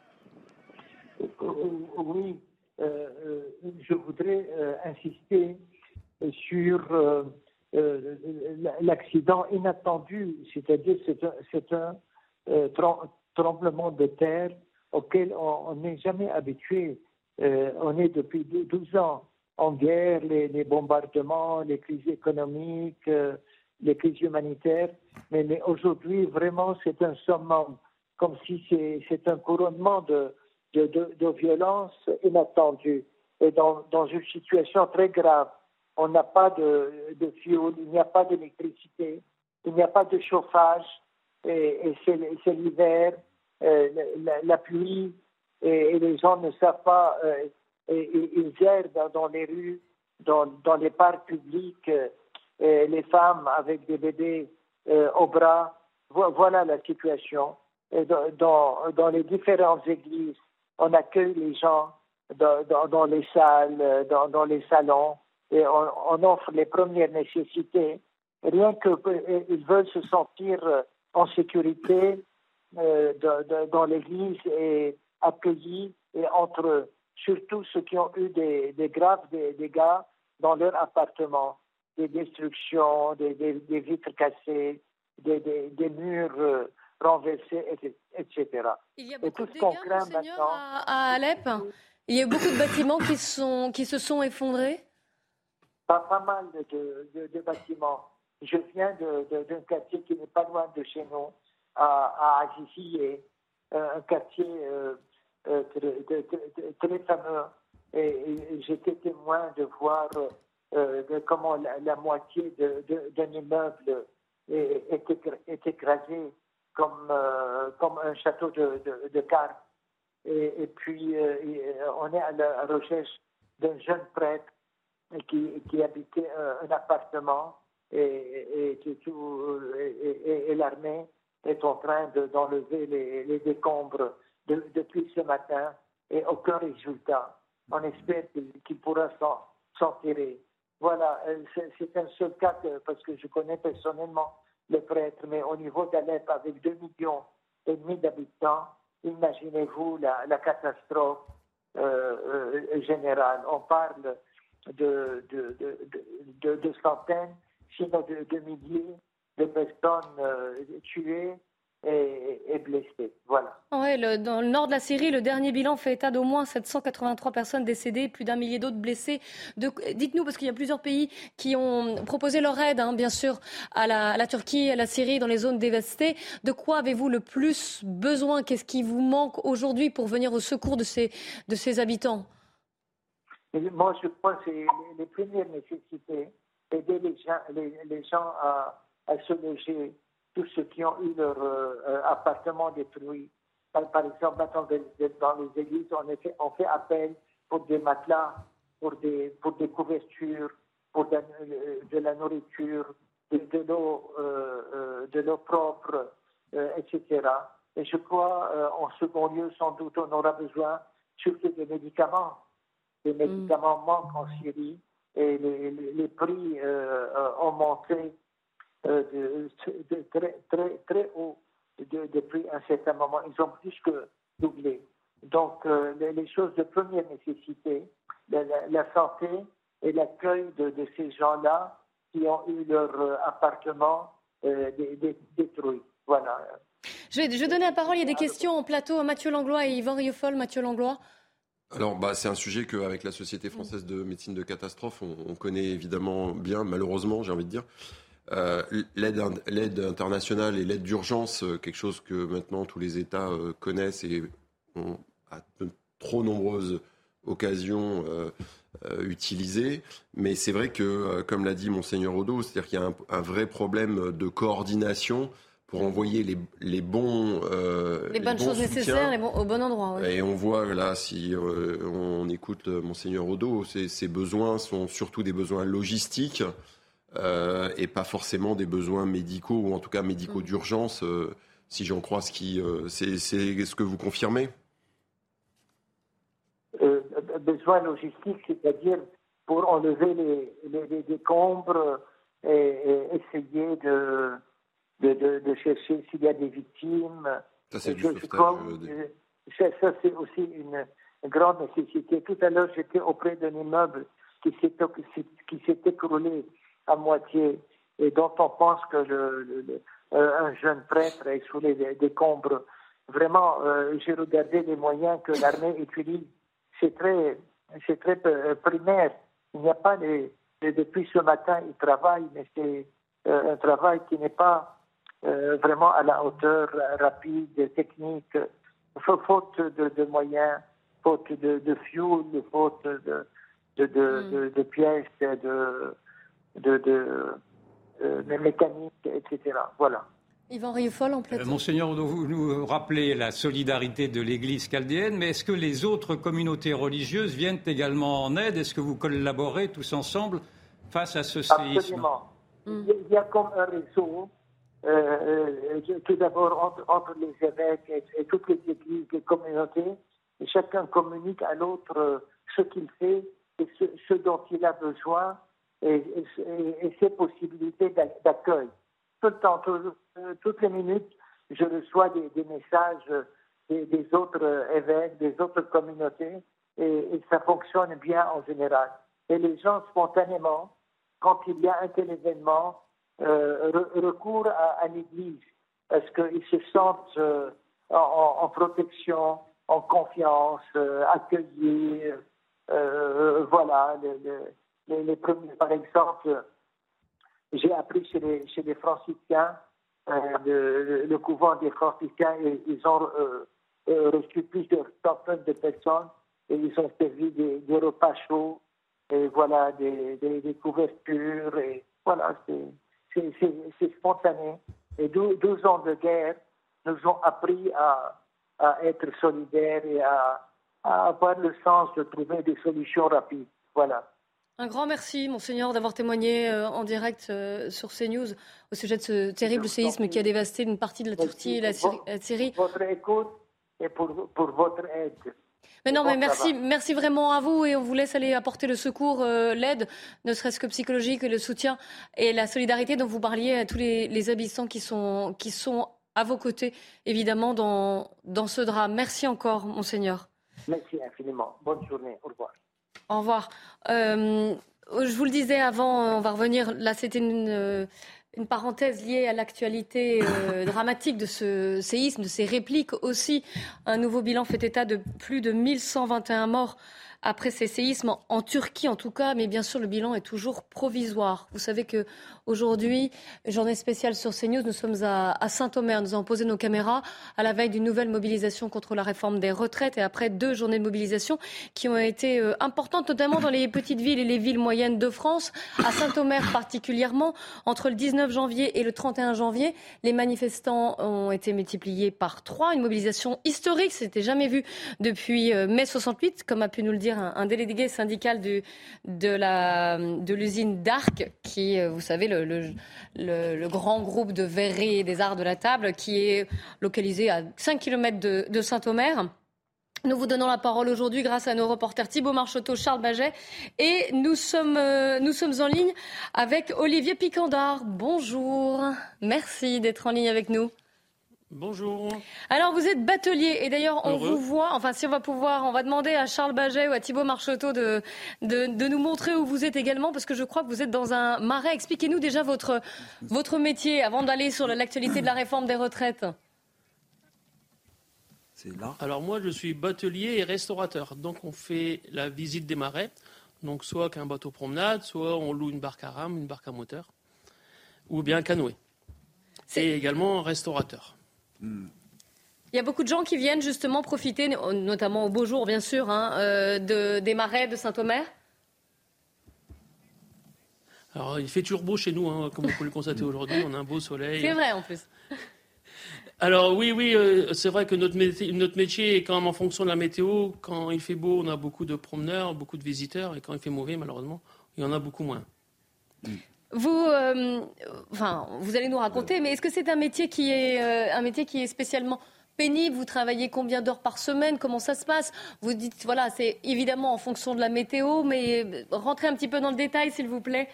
Oui, euh, je voudrais euh, insister sur euh, euh, l'accident inattendu, c'est-à-dire c'est un, c'est un euh, tremblement de terre auquel on n'est jamais habitué. Euh, on est depuis douze ans en guerre, les, les bombardements, les crises économiques, euh, les crises humanitaires, mais, mais aujourd'hui, vraiment, c'est un summum, comme si c'est, c'est un couronnement de, de, de, de violence inattendue. Et dans, dans une situation très grave, on n'a pas de, de fioul, il n'y a pas d'électricité, il n'y a pas de chauffage, et, et c'est, c'est l'hiver, euh, la, la pluie, et, et les gens ne savent pas, euh, et, et, ils errent dans, dans les rues, dans, dans les parcs publics, euh, et les femmes avec des bébés euh, au bras. Vo- voilà la situation. Et dans, dans, dans les différentes églises, on accueille les gens dans, dans, dans les salles, dans, dans les salons, et on, on offre les premières nécessités. Rien qu'ils veulent se sentir en sécurité euh, de, de, dans l'église et accueillis et entre eux, surtout ceux qui ont eu des, des graves des dégâts dans leur appartement, des destructions, des, des, des vitres cassées, des, des, des murs euh, renversés, et cetera. Il y a beaucoup de dégâts, Monseigneur, à, à Alep. Il y a beaucoup de bâtiments qui, sont, qui se sont effondrés. Pas, pas mal de, de, de bâtiments. Je viens de, de, d'un quartier qui n'est pas loin de chez nous, à, à Aziziyeh, un quartier euh, euh, très, très, très fameux. Et, et j'étais témoin de voir euh, de comment la, la moitié de, de, d'un immeuble est, est, est écrasée comme, euh, comme un château de, de, de cartes. Et, et puis, euh, et on est à la recherche d'un jeune prêtre qui, qui habitait un, un appartement et, et, et, tout, et, et, et l'armée est en train de, d'enlever les, les décombres de, depuis ce matin et aucun résultat. On espère qu'il, qu'il pourra s'en, s'en tirer. Voilà, c'est, c'est un seul cas que, parce que je connais personnellement le prêtre, mais au niveau d'Alep, avec deux millions et demi d'habitants, imaginez-vous la, la catastrophe euh, euh, générale. On parle de, de, de, de, de centaines, sinon de, de milliers de personnes euh, tuées et, et blessées. Voilà. Ouais, le, dans le nord de la Syrie, le dernier bilan fait état d'au moins sept cent quatre-vingt-trois personnes décédées, plus d'un millier d'autres blessés. De, dites-nous, parce qu'il y a plusieurs pays qui ont proposé leur aide, hein, bien sûr, à la, à la Turquie, à la Syrie, dans les zones dévastées. De quoi avez-vous le plus besoin? Qu'est-ce qui vous manque aujourd'hui pour venir au secours de ces, de ces habitants? Et moi, je pense que c'est les, les premières nécessités, aider les gens, les, les gens à, à se loger, tous ceux qui ont eu leur euh, appartement détruit. Par, par exemple, maintenant, dans les églises, on fait, on fait appel pour des matelas, pour des, pour des couvertures, pour de, de la nourriture, de, de, l'eau, euh, de l'eau propre, euh, et cetera. Et je crois, euh, en second lieu, sans doute, on aura besoin surtout des médicaments. Les médicaments mmh. manquent en Syrie et les, les, les prix euh, ont monté euh, de, de très, très, très haut de, depuis un certain moment. Ils ont plus que doublé. Donc, euh, les, les choses de première nécessité, la, la, la santé et l'accueil de, de ces gens-là qui ont eu leur euh, appartement euh, dé, dé, détruit. Voilà. Je vais, je vais donner la parole. Il y a des questions en plateau à Mathieu Langlois et Yvan Rieufol. Mathieu Langlois. Alors, bah, c'est un sujet qu'avec la Société française de médecine de catastrophe, on, on connaît évidemment bien, malheureusement, j'ai envie de dire. Euh, l'aide, l'aide internationale et l'aide d'urgence, quelque chose que maintenant tous les États euh, connaissent et ont à de trop nombreuses occasions euh, euh, utilisé. Mais c'est vrai que, euh, comme l'a dit Monseigneur Odo, c'est-à-dire qu'il y a un, un vrai problème de coordination pour envoyer les, les bons euh, les bonnes les bons choses soutiens. Nécessaires les bons, au bon endroit. Oui. Et on voit là, si euh, on écoute Monseigneur Odo, ces, ces besoins sont surtout des besoins logistiques euh, et pas forcément des besoins médicaux, ou en tout cas médicaux mmh. d'urgence, euh, si j'en crois ce qui... Euh, c'est, c'est ce que vous confirmez euh, Besoins logistiques, c'est-à-dire pour enlever les, les, les décombres et, et essayer de... De, de, de chercher s'il y a des victimes. Ça, c'est je, du je crois, des... ça, ça, c'est aussi une, une grande nécessité. Tout à l'heure, j'étais auprès d'un immeuble qui s'est, qui s'est écroulé à moitié et dont on pense que le, le, le, euh, un jeune prêtre est sous les décombres. Vraiment, euh, j'ai regardé les moyens que l'armée utilise. C'est très, c'est très primaire. Il n'y a pas les, les, depuis ce matin, ils travaillent, mais c'est euh, un travail qui n'est pas Euh, vraiment à la hauteur, rapide, technique, faute de, de moyens, faute de, de fuel, faute de, de, de, mm. de, de pièces, de, de, de, de mécanique, et cetera. Voilà. Yvan Rieufol en plateau. Euh, Monseigneur, vous nous rappelez la solidarité de l'Église chaldéenne, mais est-ce que les autres communautés religieuses viennent également en aide? Est-ce que vous collaborez tous ensemble face à ce séisme? Absolument. Mm. Il y a comme un réseau. Euh, tout d'abord entre, entre les évêques et, et toutes les églises, les communautés, et chacun communique à l'autre euh, ce qu'il fait et ce, ce dont il a besoin et, et, et ses possibilités d'accueil. Tout le temps, tout, euh, toutes les minutes, je reçois des, des messages des, des autres évêques, des autres communautés et, et ça fonctionne bien en général. Et les gens spontanément, quand il y a un tel événement, Euh, recours à, à l'Église parce qu'ils se sentent euh, en, en protection, en confiance, euh, accueillis. Euh, voilà, les, les, les premiers, par exemple, j'ai appris chez les, chez les franciscains, euh, le, le couvent des franciscains, ils ont euh, euh, reçu plusieurs centaines de personnes et ils ont servi des, des repas chauds, et voilà, des, des, des couvertures, et voilà, c'est, c'est, c'est, c'est spontané. Et douze ans de guerre nous ont appris à, à être solidaires et à, à avoir le sens de trouver des solutions rapides. Voilà. Un grand merci, Monseigneur, d'avoir témoigné euh, en direct euh, sur CNews au sujet de ce terrible séisme qui a dévasté une partie de la Turquie et la Syrie. La Syrie. Pour votre écoute et pour, pour votre aide. Mais non, mais merci, merci vraiment à vous et on vous laisse aller apporter le secours, euh, l'aide, ne serait-ce que psychologique, et le soutien et la solidarité dont vous parliez à tous les, les habitants qui sont, qui sont à vos côtés, évidemment, dans, dans ce drame. Merci encore, Monseigneur. Merci infiniment. Bonne journée. Au revoir. Au revoir. Euh, je vous le disais avant, on va revenir. Là, c'était une, une parenthèse liée à l'actualité euh, dramatique de ce séisme, de ces répliques aussi. Un nouveau bilan fait état de plus de mille cent vingt et un morts après ces séismes, en Turquie en tout cas, mais bien sûr le bilan est toujours provisoire. Vous savez qu'aujourd'hui, journée spéciale sur CNews, nous sommes à, à Saint-Omer, nous avons posé nos caméras à la veille d'une nouvelle mobilisation contre la réforme des retraites et après deux journées de mobilisation qui ont été euh, importantes, notamment dans les petites villes et les villes moyennes de France, à Saint-Omer particulièrement. Entre le dix-neuf janvier et le trente et un janvier, les manifestants ont été multipliés par trois, une mobilisation historique, c'était jamais vu depuis euh, mai soixante-huit, comme a pu nous le dire un, un délégué syndical du, de, la, de l'usine d'Arc, qui, vous savez, le, le, le, le grand groupe de verrerie et des arts de la table, qui est localisé à cinq kilomètres de, de Saint-Omer. Nous vous donnons la parole aujourd'hui grâce à nos reporters Thibaut Marcheteau, Charles Baget, et nous sommes, euh, nous sommes en ligne avec Olivier Picandard. Bonjour, merci d'être en ligne avec nous. Bonjour. Alors vous êtes batelier et d'ailleurs on Heureux. vous voit, enfin si on va pouvoir, on va demander à Charles Baget ou à Thibaut Marcheteau de, de, de nous montrer où vous êtes également parce que je crois que vous êtes dans un marais. Expliquez-nous déjà votre, votre métier avant d'aller sur l'actualité de la réforme des retraites. C'est là. Alors moi je suis batelier et restaurateur, donc on fait la visite des marais, donc soit qu'un bateau promenade, soit on loue une barque à rame, une barque à moteur, ou bien un canoë. C'est et également restaurateur. Il y a beaucoup de gens qui viennent justement profiter, notamment au beau jour bien sûr, hein, euh, de, des marais de Saint-Omer. Alors il fait toujours beau chez nous, hein, comme vous pouvez le constater aujourd'hui, on a un beau soleil. C'est vrai en plus. Alors oui, oui, euh, c'est vrai que notre métier, notre métier est quand même en fonction de la météo. Quand il fait beau, on a beaucoup de promeneurs, beaucoup de visiteurs, et quand il fait mauvais, malheureusement, il y en a beaucoup moins. Vous, euh, enfin, vous allez nous raconter, mais est-ce que c'est un métier qui est euh, un métier qui est spécialement pénible? Vous travaillez combien d'heures par semaine? Comment ça se passe? Vous dites, voilà, c'est évidemment en fonction de la météo, mais rentrez un petit peu dans le détail, s'il vous plaît.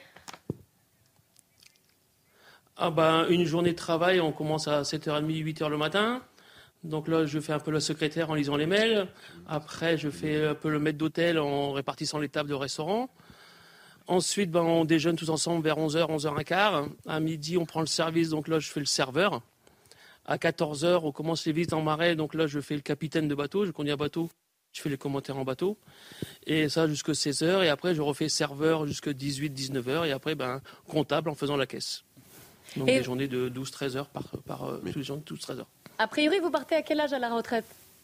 Ah ben, une journée de travail, on commence à sept heures trente, huit heures le matin. Donc là, je fais un peu la secrétaire en lisant les mails. Après, je fais un peu le maître d'hôtel en répartissant les tables de restaurant. Ensuite, ben, on déjeune tous ensemble vers onze heures, onze heures quinze. À midi, on prend le service, donc là, je fais le serveur. À quatorze heures, on commence les visites en marais, donc là, je fais le capitaine de bateau. Je conduis un bateau, je fais les commentaires en bateau. Et ça, jusqu'à seize heures. Et après, je refais serveur jusqu'à dix-huit, dix-neuf heures. Et après, ben, comptable en faisant la caisse. Donc et des journées de douze treize heures par, par euh, tous les jours, douze treize heures. A priori, vous partez à quel âge à la retraite?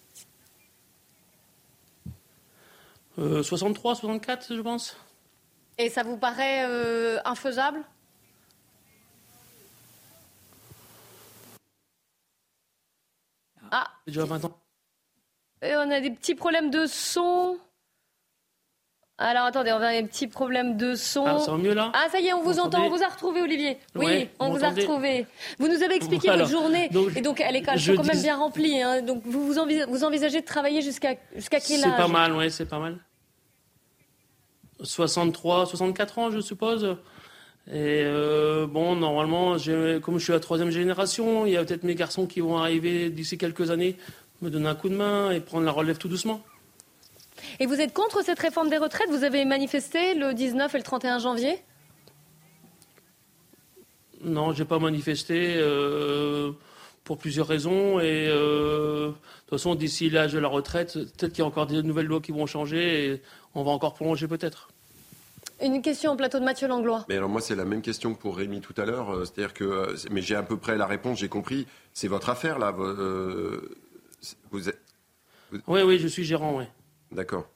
euh, soixante-trois, soixante-quatre, je pense. Et ça vous paraît euh, infaisable? Ah, j'ai déjà vingt ans. Et on a des petits problèmes de son. Alors attendez, on a un petit problème de son. Ah, ça va mieux là? Ah, ça y est, on vous, vous entend, on vous a retrouvé, Olivier. Oui, ouais, on vous, vous a retrouvé. Vous nous avez expliqué voilà. votre journée, donc, et donc elle est quand, quand même dis... bien remplie. Hein. Donc vous, vous, envisagez, vous envisagez de travailler jusqu'à jusqu'à quel âge? C'est pas mal, oui, c'est pas mal. soixante-trois, soixante-quatre ans, je suppose. Et euh, bon, normalement, comme je suis la troisième génération, il y a peut-être mes garçons qui vont arriver d'ici quelques années, me donner un coup de main et prendre la relève tout doucement. Et vous êtes contre cette réforme des retraites? Vous avez manifesté le dix-neuf et le trente et un janvier? Non, je n'ai pas manifesté euh, pour plusieurs raisons. Et euh, de toute façon, d'ici l'âge de la retraite, peut-être qu'il y a encore des nouvelles lois qui vont changer et on va encore prolonger peut-être. Une question au plateau de Mathieu Langlois. Mais alors moi, c'est la même question que pour Rémi tout à l'heure. C'est-à-dire que, mais j'ai à peu près la réponse, j'ai compris. C'est votre affaire, là. Euh, vous êtes... Oui, oui, je suis gérant, oui. D'accord.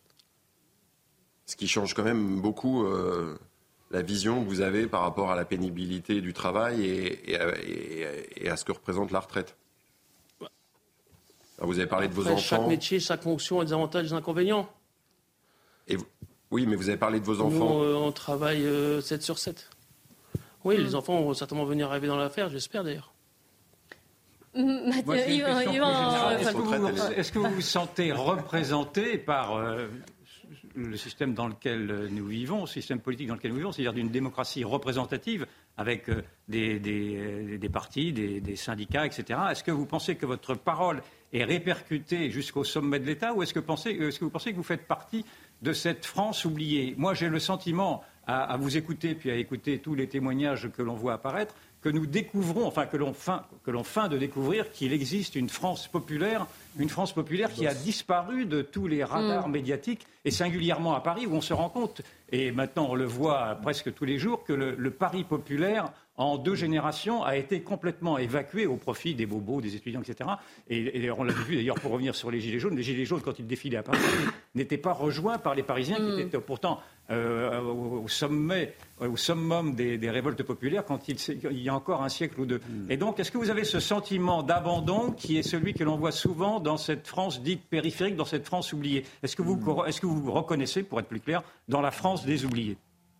Ce qui change quand même beaucoup euh, la vision que vous avez par rapport à la pénibilité du travail et, et, et, et à ce que représente la retraite. Alors vous avez parlé de vos Après, enfants. Chaque métier, chaque fonction a des avantages et des inconvénients. Et vous... Oui, mais vous avez parlé de vos enfants. Nous, euh, on travaille euh, sept sur sept. Oui, mmh. les enfants vont certainement venir arriver dans l'affaire, j'espère d'ailleurs. Mathieu, Moi, Yvan, Yvan, euh, est-ce, que vous, est-ce que vous vous sentez représenté par euh, le système dans lequel nous vivons, le système politique dans lequel nous vivons, c'est-à-dire d'une démocratie représentative avec euh, des, des, des partis, des, des syndicats, et cetera. Est-ce que vous pensez que votre parole est répercutée jusqu'au sommet de l'État ou est-ce que, pensez, est-ce que vous pensez que vous faites partie de cette France oubliée? Moi, j'ai le sentiment, à, à vous écouter puis à écouter tous les témoignages que l'on voit apparaître, que nous découvrons, enfin que l'on feint, que l'on feint de découvrir qu'il existe une France populaire, une France populaire qui a disparu de tous les radars mmh. médiatiques, et singulièrement à Paris, où on se rend compte, et maintenant on le voit presque tous les jours, que le, le Paris populaire, en deux générations, a été complètement évacué au profit des bobos, des étudiants, et cetera. Et, et on l'a vu d'ailleurs pour revenir sur les Gilets jaunes. Les Gilets jaunes, quand ils défilaient à Paris, n'étaient pas rejoints par les Parisiens mmh. qui étaient pourtant euh, au, au sommet, au summum des, des révoltes populaires quand il, il y a encore un siècle ou deux. Mmh. Et donc, est-ce que vous avez ce sentiment d'abandon qui est celui que l'on voit souvent dans cette France dite périphérique, dans cette France oubliée? Est-ce que vous, mmh. est-ce que vous vous reconnaissez, pour être plus clair, dans la France des oubliés?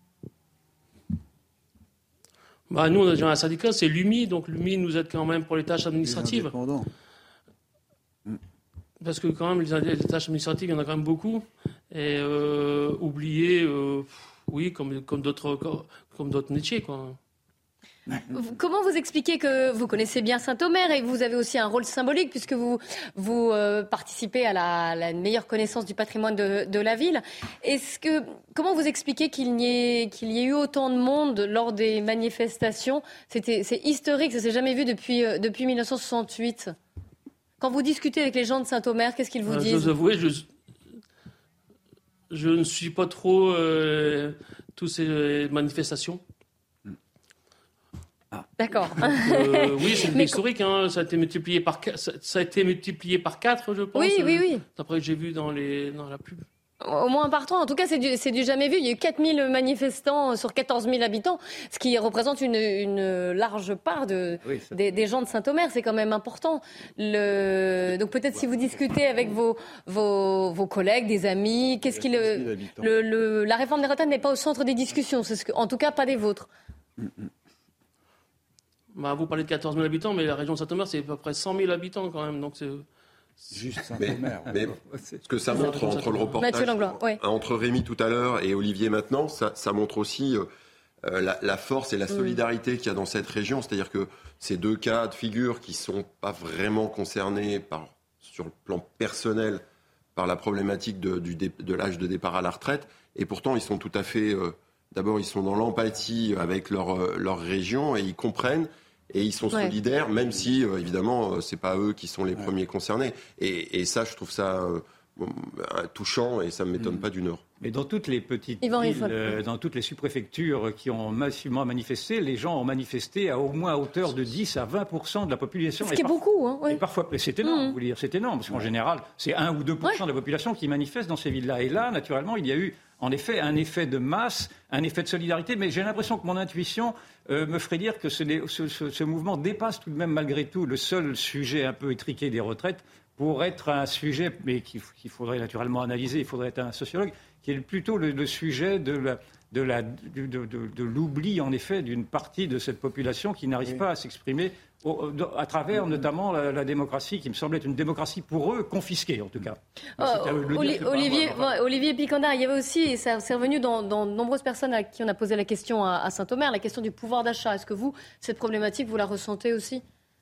Bah, nous, on a un syndicat, c'est l'U M I, donc l'U M I nous aide quand même pour les tâches administratives. Les Parce que quand même, les, les tâches administratives, il y en a quand même beaucoup. Et euh, oublier, euh, oui, comme, comme, d'autres, comme d'autres métiers, quoi. Comment vous expliquez que vous connaissez bien Saint-Omer et vous avez aussi un rôle symbolique puisque vous, vous euh, participez à la, à la meilleure connaissance du patrimoine de, de la ville. Est-ce que, comment vous expliquez qu'il y ait, qu'il y ait eu autant de monde lors des manifestations? C'était, c'est historique, ça ne s'est jamais vu depuis, euh, depuis mille neuf cent soixante-huit. Quand vous discutez avec les gens de Saint-Omer, qu'est-ce qu'ils vous euh, disent? Je vous avoue, je, je ne suis pas trop euh, toutes ces manifestations. Ah. D'accord. Euh, oui, c'est historique. Hein, ça a été multiplié par ça, ça a été multiplié par quatre, je pense. Oui, oui, oui. D'après que j'ai vu dans les dans la pub. Au moins partant. En tout cas, c'est du, c'est du jamais vu. Il y a eu quatre mille manifestants sur quatorze mille habitants, ce qui représente une, une large part de, oui, des, des gens de Saint-Omer. C'est quand même important. Le... Donc peut-être si vous discutez avec vos, vos, vos collègues, des amis, qu'est-ce qui le, le, le, la réforme des retraites n'est pas au centre des discussions. C'est ce que, en tout cas, pas des vôtres. Mm-hmm. Bah, vous parlez de quatorze mille habitants, mais la région de Saint-Omer, c'est à peu près cent mille habitants quand même. Donc c'est... Juste Saint-Omer. Mais, mais ce que ça montre entre le reportage, ouais. entre Rémi tout à l'heure et Olivier maintenant, ça, ça montre aussi euh, la, la force et la solidarité mm. qu'il y a dans cette région. C'est-à-dire que ces deux cas de figure qui ne sont pas vraiment concernés par, sur le plan personnel par la problématique de, du, de l'âge de départ à la retraite, et pourtant ils sont tout à fait... Euh, d'abord, ils sont dans l'empathie avec leur, leur région et ils comprennent. Et ils sont ouais. solidaires, même si, euh, évidemment, euh, ce n'est pas eux qui sont les ouais. premiers concernés. Et, et ça, je trouve ça euh, bon, touchant et ça ne m'étonne mmh. pas d'une heure. Mais dans toutes les petites villes, euh, dans toutes les sous-préfectures qui ont massivement manifesté, les gens ont manifesté à au moins à hauteur de dix à vingt pour cent de la population. Ce qui est parfois, beaucoup. Hein, ouais. Et parfois, c'est énorme, mmh. vous dire, c'est énorme, parce qu'en général, c'est un ou deux pour cent ouais. de la population qui manifeste dans ces villes-là. Et là, naturellement, il y a eu en effet un effet de masse, un effet de solidarité, mais j'ai l'impression que mon intuition euh, me ferait dire que ce, ce, ce, ce mouvement dépasse tout de même malgré tout le seul sujet un peu étriqué des retraites pour être un sujet, mais qu'il, qu'il faudrait naturellement analyser, il faudrait être un sociologue, qui est plutôt le, le sujet de, la, de, la, de, de, de, de l'oubli en effet d'une partie de cette population qui n'arrive oui. pas à s'exprimer au, à travers notamment la, la démocratie, qui me semble être une démocratie pour eux confisquée en tout cas. Oh, Oli- Olivier, ouais, Olivier Picandard, il y avait aussi, et ça c'est revenu dans, dans de nombreuses personnes à qui on a posé la question à, à Saint-Omer, la question du pouvoir d'achat. Est-ce que vous, cette problématique, vous la ressentez aussi ?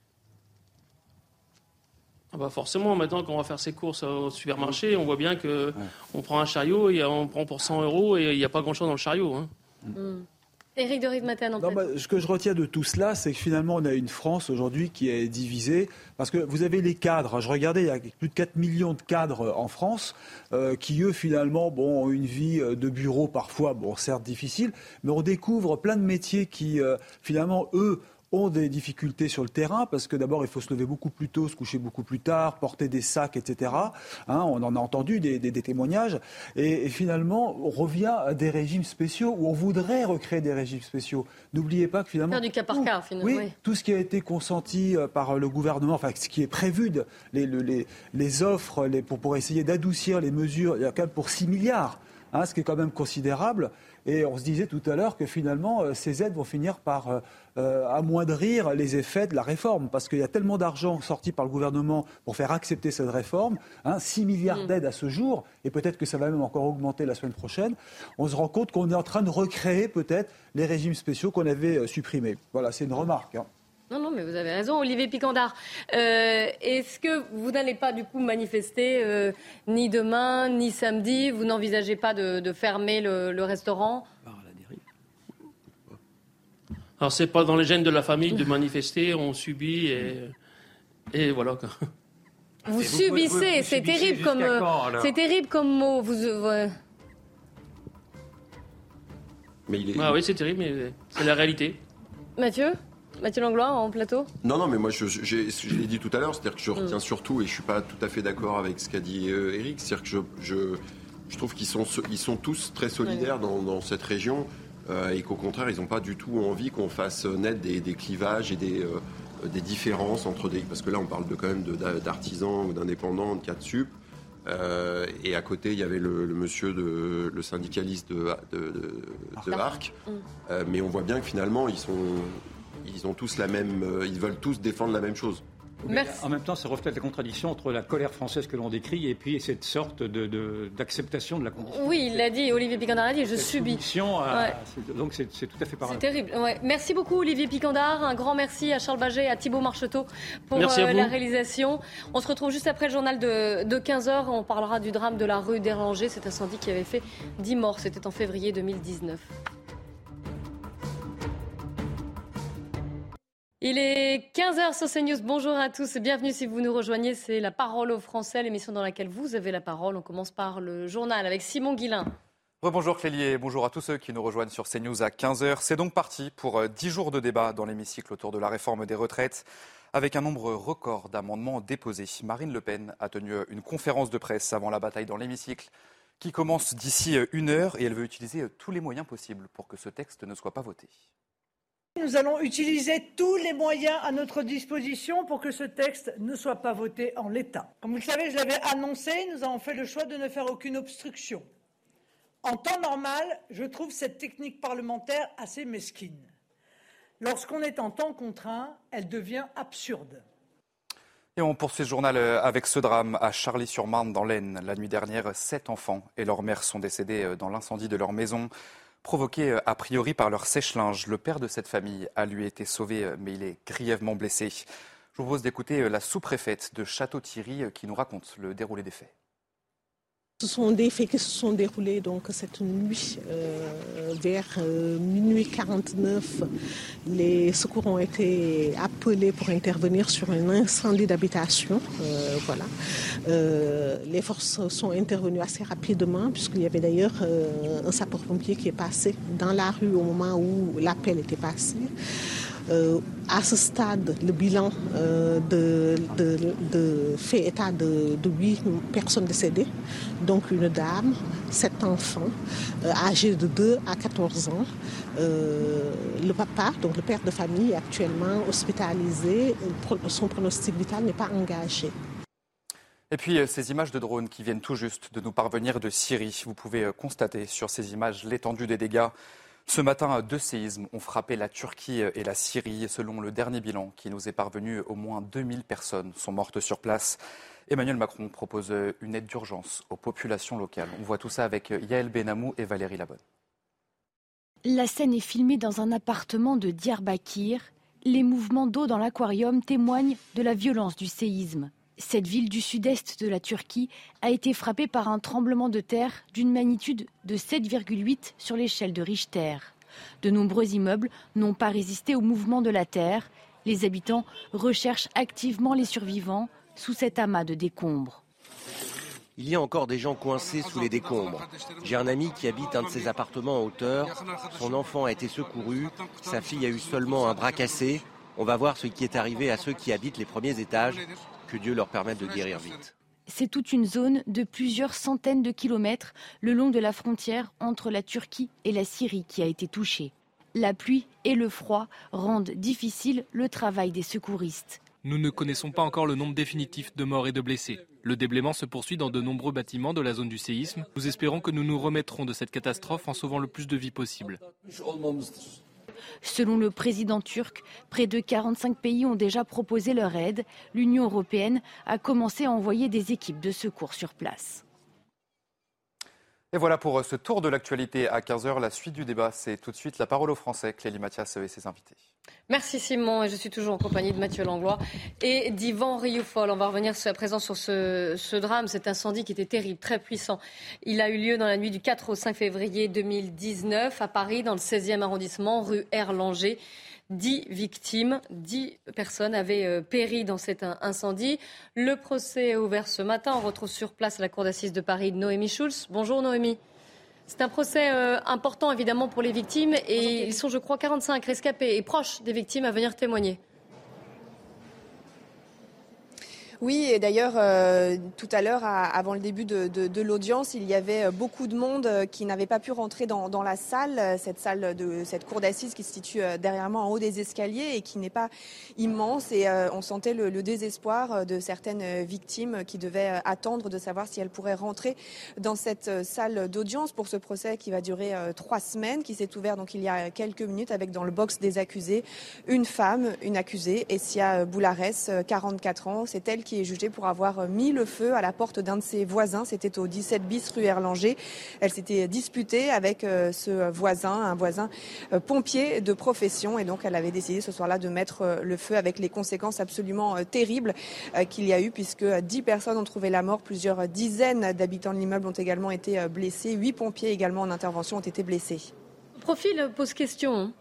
Ah bah forcément, maintenant qu'on va faire ses courses au supermarché, on voit bien qu'on ouais. prend un chariot, et on prend pour cent euros et il n'y a pas grand-chose dans le chariot. Hein. Mm. Éric de Ritmaten, en non, fait. bah, ce que je retiens de tout cela, c'est que finalement, on a une France aujourd'hui qui est divisée. Parce que vous avez les cadres. Je regardais, il y a plus de quatre millions de cadres en France euh, qui, eux, finalement, bon, ont une vie de bureau parfois, bon, certes difficile, mais on découvre plein de métiers qui, euh, finalement, eux, ont des difficultés sur le terrain parce que d'abord il faut se lever beaucoup plus tôt, se coucher beaucoup plus tard, porter des sacs, et cetera. Hein, on en a entendu des, des, des témoignages. Et, et finalement, on revient à des régimes spéciaux où on voudrait recréer des régimes spéciaux. N'oubliez pas que finalement... Faire du cas par cas, finalement. Oui, oui. Tout ce qui a été consenti par le gouvernement, enfin ce qui est prévu, de, les, les, les offres les, pour, pour essayer d'adoucir les mesures, il y a quand même pour six milliards, hein, ce qui est quand même considérable. Et on se disait tout à l'heure que finalement, euh, ces aides vont finir par euh, euh, amoindrir les effets de la réforme. Parce qu'il y a tellement d'argent sorti par le gouvernement pour faire accepter cette réforme, hein, six milliards mmh. d'aides à ce jour, et peut-être que ça va même encore augmenter la semaine prochaine. On se rend compte qu'on est en train de recréer peut-être les régimes spéciaux qu'on avait euh, supprimés. Voilà, c'est une remarque. Hein. Non, non, mais vous avez raison, Olivier Picandard. Euh, est-ce que vous n'allez pas, du coup, manifester euh, ni demain, ni samedi? Vous n'envisagez pas de, de fermer le, le restaurant? Alors, c'est pas dans les gènes de la famille de manifester, on subit et, et voilà. Vous, vous subissez, vous, vous, vous c'est terrible comme quand, c'est terrible comme mot. Vous, ouais. Mais il est... Ah oui, c'est terrible, mais c'est la réalité. Mathieu Mathieu Langlois, en plateau? Non, non, mais moi, je, je, je, je l'ai dit tout à l'heure, c'est-à-dire que je retiens mm. surtout, et je ne suis pas tout à fait d'accord avec ce qu'a dit euh, Éric, c'est-à-dire que je, je, je trouve qu'ils sont, ils sont tous très solidaires ouais. dans, dans cette région, euh, et qu'au contraire, ils n'ont pas du tout envie qu'on fasse naître des, des clivages et des, euh, des différences entre des... Parce que là, on parle de, quand même de, d'artisans ou d'indépendants, de cadres sup, euh, et à côté, il y avait le, le monsieur, de, le syndicaliste de, de, de, de Arc, mm. euh, mais on voit bien que finalement, ils sont... Ils ont tous la même, euh, ils veulent tous défendre la même chose. En même temps, ça reflète la contradiction entre la colère française que l'on décrit et puis cette sorte de, de, d'acceptation de la condition. Oui, il l'a dit, Olivier Picandard l'a dit, je cette subis. À, ouais. c'est, donc c'est, c'est tout à fait pareil. C'est terrible. Ouais. Merci beaucoup, Olivier Picandard. Un grand merci à Charles Baget et à Thibaut Marcheteau pour euh, la réalisation. On se retrouve juste après le journal de, de quinze heures. On parlera du drame de la rue d'Erlanger, cet incendie qui avait fait dix morts. C'était en février deux mille dix-neuf. Il est quinze heures sur CNews. Bonjour à tous et bienvenue si vous nous rejoignez. C'est La Parole aux Français, l'émission dans laquelle vous avez la parole. On commence par le journal avec Simon Guillain. Rebonjour Clélie et bonjour à tous ceux qui nous rejoignent sur CNews à quinze heures. C'est donc parti pour dix jours de débat dans l'hémicycle autour de la réforme des retraites avec un nombre record d'amendements déposés. Marine Le Pen a tenu une conférence de presse avant la bataille dans l'hémicycle qui commence d'ici une heure et elle veut utiliser tous les moyens possibles pour que ce texte ne soit pas voté. Nous allons utiliser tous les moyens à notre disposition pour que ce texte ne soit pas voté en l'état. Comme vous le savez, je l'avais annoncé, nous avons fait le choix de ne faire aucune obstruction. En temps normal, je trouve cette technique parlementaire assez mesquine. Lorsqu'on est en temps contraint, elle devient absurde. Et on poursuit ce journal avec ce drame à Charly-sur-Marne dans l'Aisne. La nuit dernière, sept enfants et leur mère sont décédés dans l'incendie de leur maison. Provoqué a priori par leur sèche-linge, le père de cette famille a lui été sauvé, mais il est grièvement blessé. Je vous propose d'écouter la sous-préfète de Château-Thierry qui nous raconte le déroulé des faits. Ce sont des faits qui se sont déroulés donc cette nuit, euh, vers euh, minuit quarante-neuf. Les secours ont été appelés pour intervenir sur un incendie d'habitation. Euh, voilà. Euh, les forces sont intervenues assez rapidement, puisqu'il y avait d'ailleurs euh, un sapeur-pompier qui est passé dans la rue au moment où l'appel était passé. Euh, à ce stade, le bilan euh, de, de, de fait état de, de huit personnes décédées, donc une dame, sept enfants, euh, âgés de deux à quatorze ans. Euh, le papa, donc le père de famille, est actuellement hospitalisé. Son pronostic vital n'est pas engagé. Et puis ces images de drones qui viennent tout juste de nous parvenir de Syrie. Vous pouvez constater sur ces images l'étendue des dégâts. Ce matin, deux séismes ont frappé la Turquie et la Syrie. Selon le dernier bilan qui nous est parvenu, au moins deux mille personnes sont mortes sur place. Emmanuel Macron propose une aide d'urgence aux populations locales. On voit tout ça avec Yael Benamou et Valérie Labonne. La scène est filmée dans un appartement de Diyarbakir. Les mouvements d'eau dans l'aquarium témoignent de la violence du séisme. Cette ville du sud-est de la Turquie a été frappée par un tremblement de terre d'une magnitude de sept virgule huit sur l'échelle de Richter. De nombreux immeubles n'ont pas résisté au mouvement de la terre. Les habitants recherchent activement les survivants sous cet amas de décombres. Il y a encore des gens coincés sous les décombres. J'ai un ami qui habite un de ces appartements en hauteur. Son enfant a été secouru, sa fille a eu seulement un bras cassé. On va voir ce qui est arrivé à ceux qui habitent les premiers étages. Que Dieu leur permette de guérir vite. C'est toute une zone de plusieurs centaines de kilomètres le long de la frontière entre la Turquie et la Syrie qui a été touchée. La pluie et le froid rendent difficile le travail des secouristes. Nous ne connaissons pas encore le nombre définitif de morts et de blessés. Le déblaiement se poursuit dans de nombreux bâtiments de la zone du séisme. Nous espérons que nous nous remettrons de cette catastrophe en sauvant le plus de vies possible. Selon le président turc, près de quarante-cinq pays ont déjà proposé leur aide. L'Union européenne a commencé à envoyer des équipes de secours sur place. Et voilà pour ce tour de l'actualité à quinze heures. La suite du débat, c'est tout de suite la parole aux Français. Clélie Mathias et ses invités. Merci Simon, et je suis toujours en compagnie de Mathieu Langlois et d'Yvan Rioufol. On va revenir à présent sur ce, ce drame, cet incendie qui était terrible, très puissant. Il a eu lieu dans la nuit du quatre au cinq février deux mille dix-neuf à Paris, dans le seizième arrondissement, rue Erlanger. Dix victimes, dix personnes avaient péri dans cet incendie. Le procès est ouvert ce matin. On retrouve sur place à la cour d'assises de Paris Noémie Schulz. Bonjour Noémie. C'est un procès euh, important évidemment pour les victimes et ils sont, je crois, quarante-cinq rescapés et proches des victimes à venir témoigner. Oui, et d'ailleurs, euh, tout à l'heure, à, avant le début de, de, de l'audience, il y avait beaucoup de monde qui n'avait pas pu rentrer dans, dans la salle, cette salle de cette cour d'assises qui se situe derrière moi en haut des escaliers et qui n'est pas immense. Et euh, on sentait le, le désespoir de certaines victimes qui devaient attendre de savoir si elles pourraient rentrer dans cette salle d'audience pour ce procès qui va durer euh, trois semaines, qui s'est ouvert donc il y a quelques minutes avec dans le box des accusés une femme, une accusée, Essia Boularès, quarante-quatre ans. C'est elle qui qui est jugée pour avoir mis le feu à la porte d'un de ses voisins. C'était au dix-sept bis rue Erlanger. Elle s'était disputée avec ce voisin, un voisin pompier de profession. Et donc, elle avait décidé ce soir-là de mettre le feu avec les conséquences absolument terribles qu'il y a eu, puisque dix personnes ont trouvé la mort. Plusieurs dizaines d'habitants de l'immeuble ont également été blessés. Huit pompiers également en intervention ont été blessés. Le profil pose question.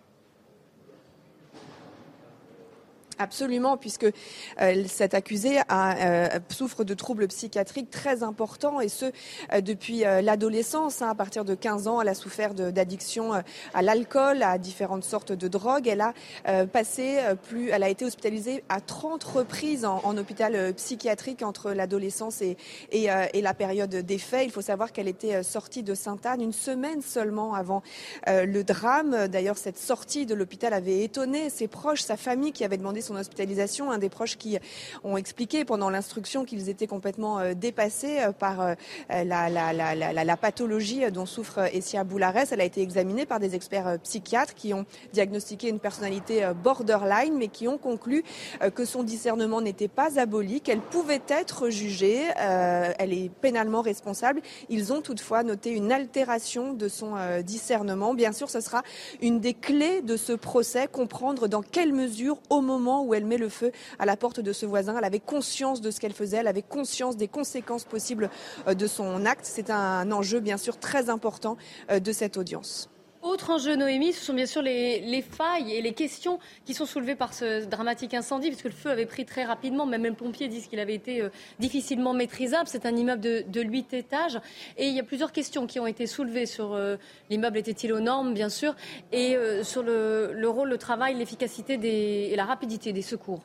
Absolument, puisque euh, cet accusé a, euh, souffre de troubles psychiatriques très importants et ce euh, depuis euh, l'adolescence. Hein, à partir de quinze ans, elle a souffert de, d'addiction euh, à l'alcool, à différentes sortes de drogues. Elle a euh, passé euh, plus, elle a été hospitalisée à trente reprises en, en hôpital euh, psychiatrique entre l'adolescence et, et, euh, et la période des faits. Il faut savoir qu'elle était sortie de Sainte-Anne une semaine seulement avant euh, le drame. D'ailleurs, cette sortie de l'hôpital avait étonné ses proches, sa famille qui avait demandé son hospitalisation. Un des proches qui ont expliqué pendant l'instruction qu'ils étaient complètement dépassés par la, la, la, la, la pathologie dont souffre Essia Boularès. Elle a été examinée par des experts psychiatres qui ont diagnostiqué une personnalité borderline, mais qui ont conclu que son discernement n'était pas aboli, qu'elle pouvait être jugée. Euh, elle est pénalement responsable. Ils ont toutefois noté une altération de son euh, discernement. Bien sûr, ce sera une des clés de ce procès, comprendre dans quelle mesure, au moment où elle met le feu à la porte de ce voisin, elle avait conscience de ce qu'elle faisait, elle avait conscience des conséquences possibles de son acte. C'est un enjeu bien sûr très important de cette audience. Autre enjeu, Noémie, ce sont bien sûr les, les failles et les questions qui sont soulevées par ce dramatique incendie, puisque le feu avait pris très rapidement. Même les pompiers disent qu'il avait été euh, difficilement maîtrisable. C'est un immeuble de, de huit étages. Et il y a plusieurs questions qui ont été soulevées sur euh, l'immeuble était-il aux normes, bien sûr, et euh, sur le, le rôle, le travail, l'efficacité des, et la rapidité des secours.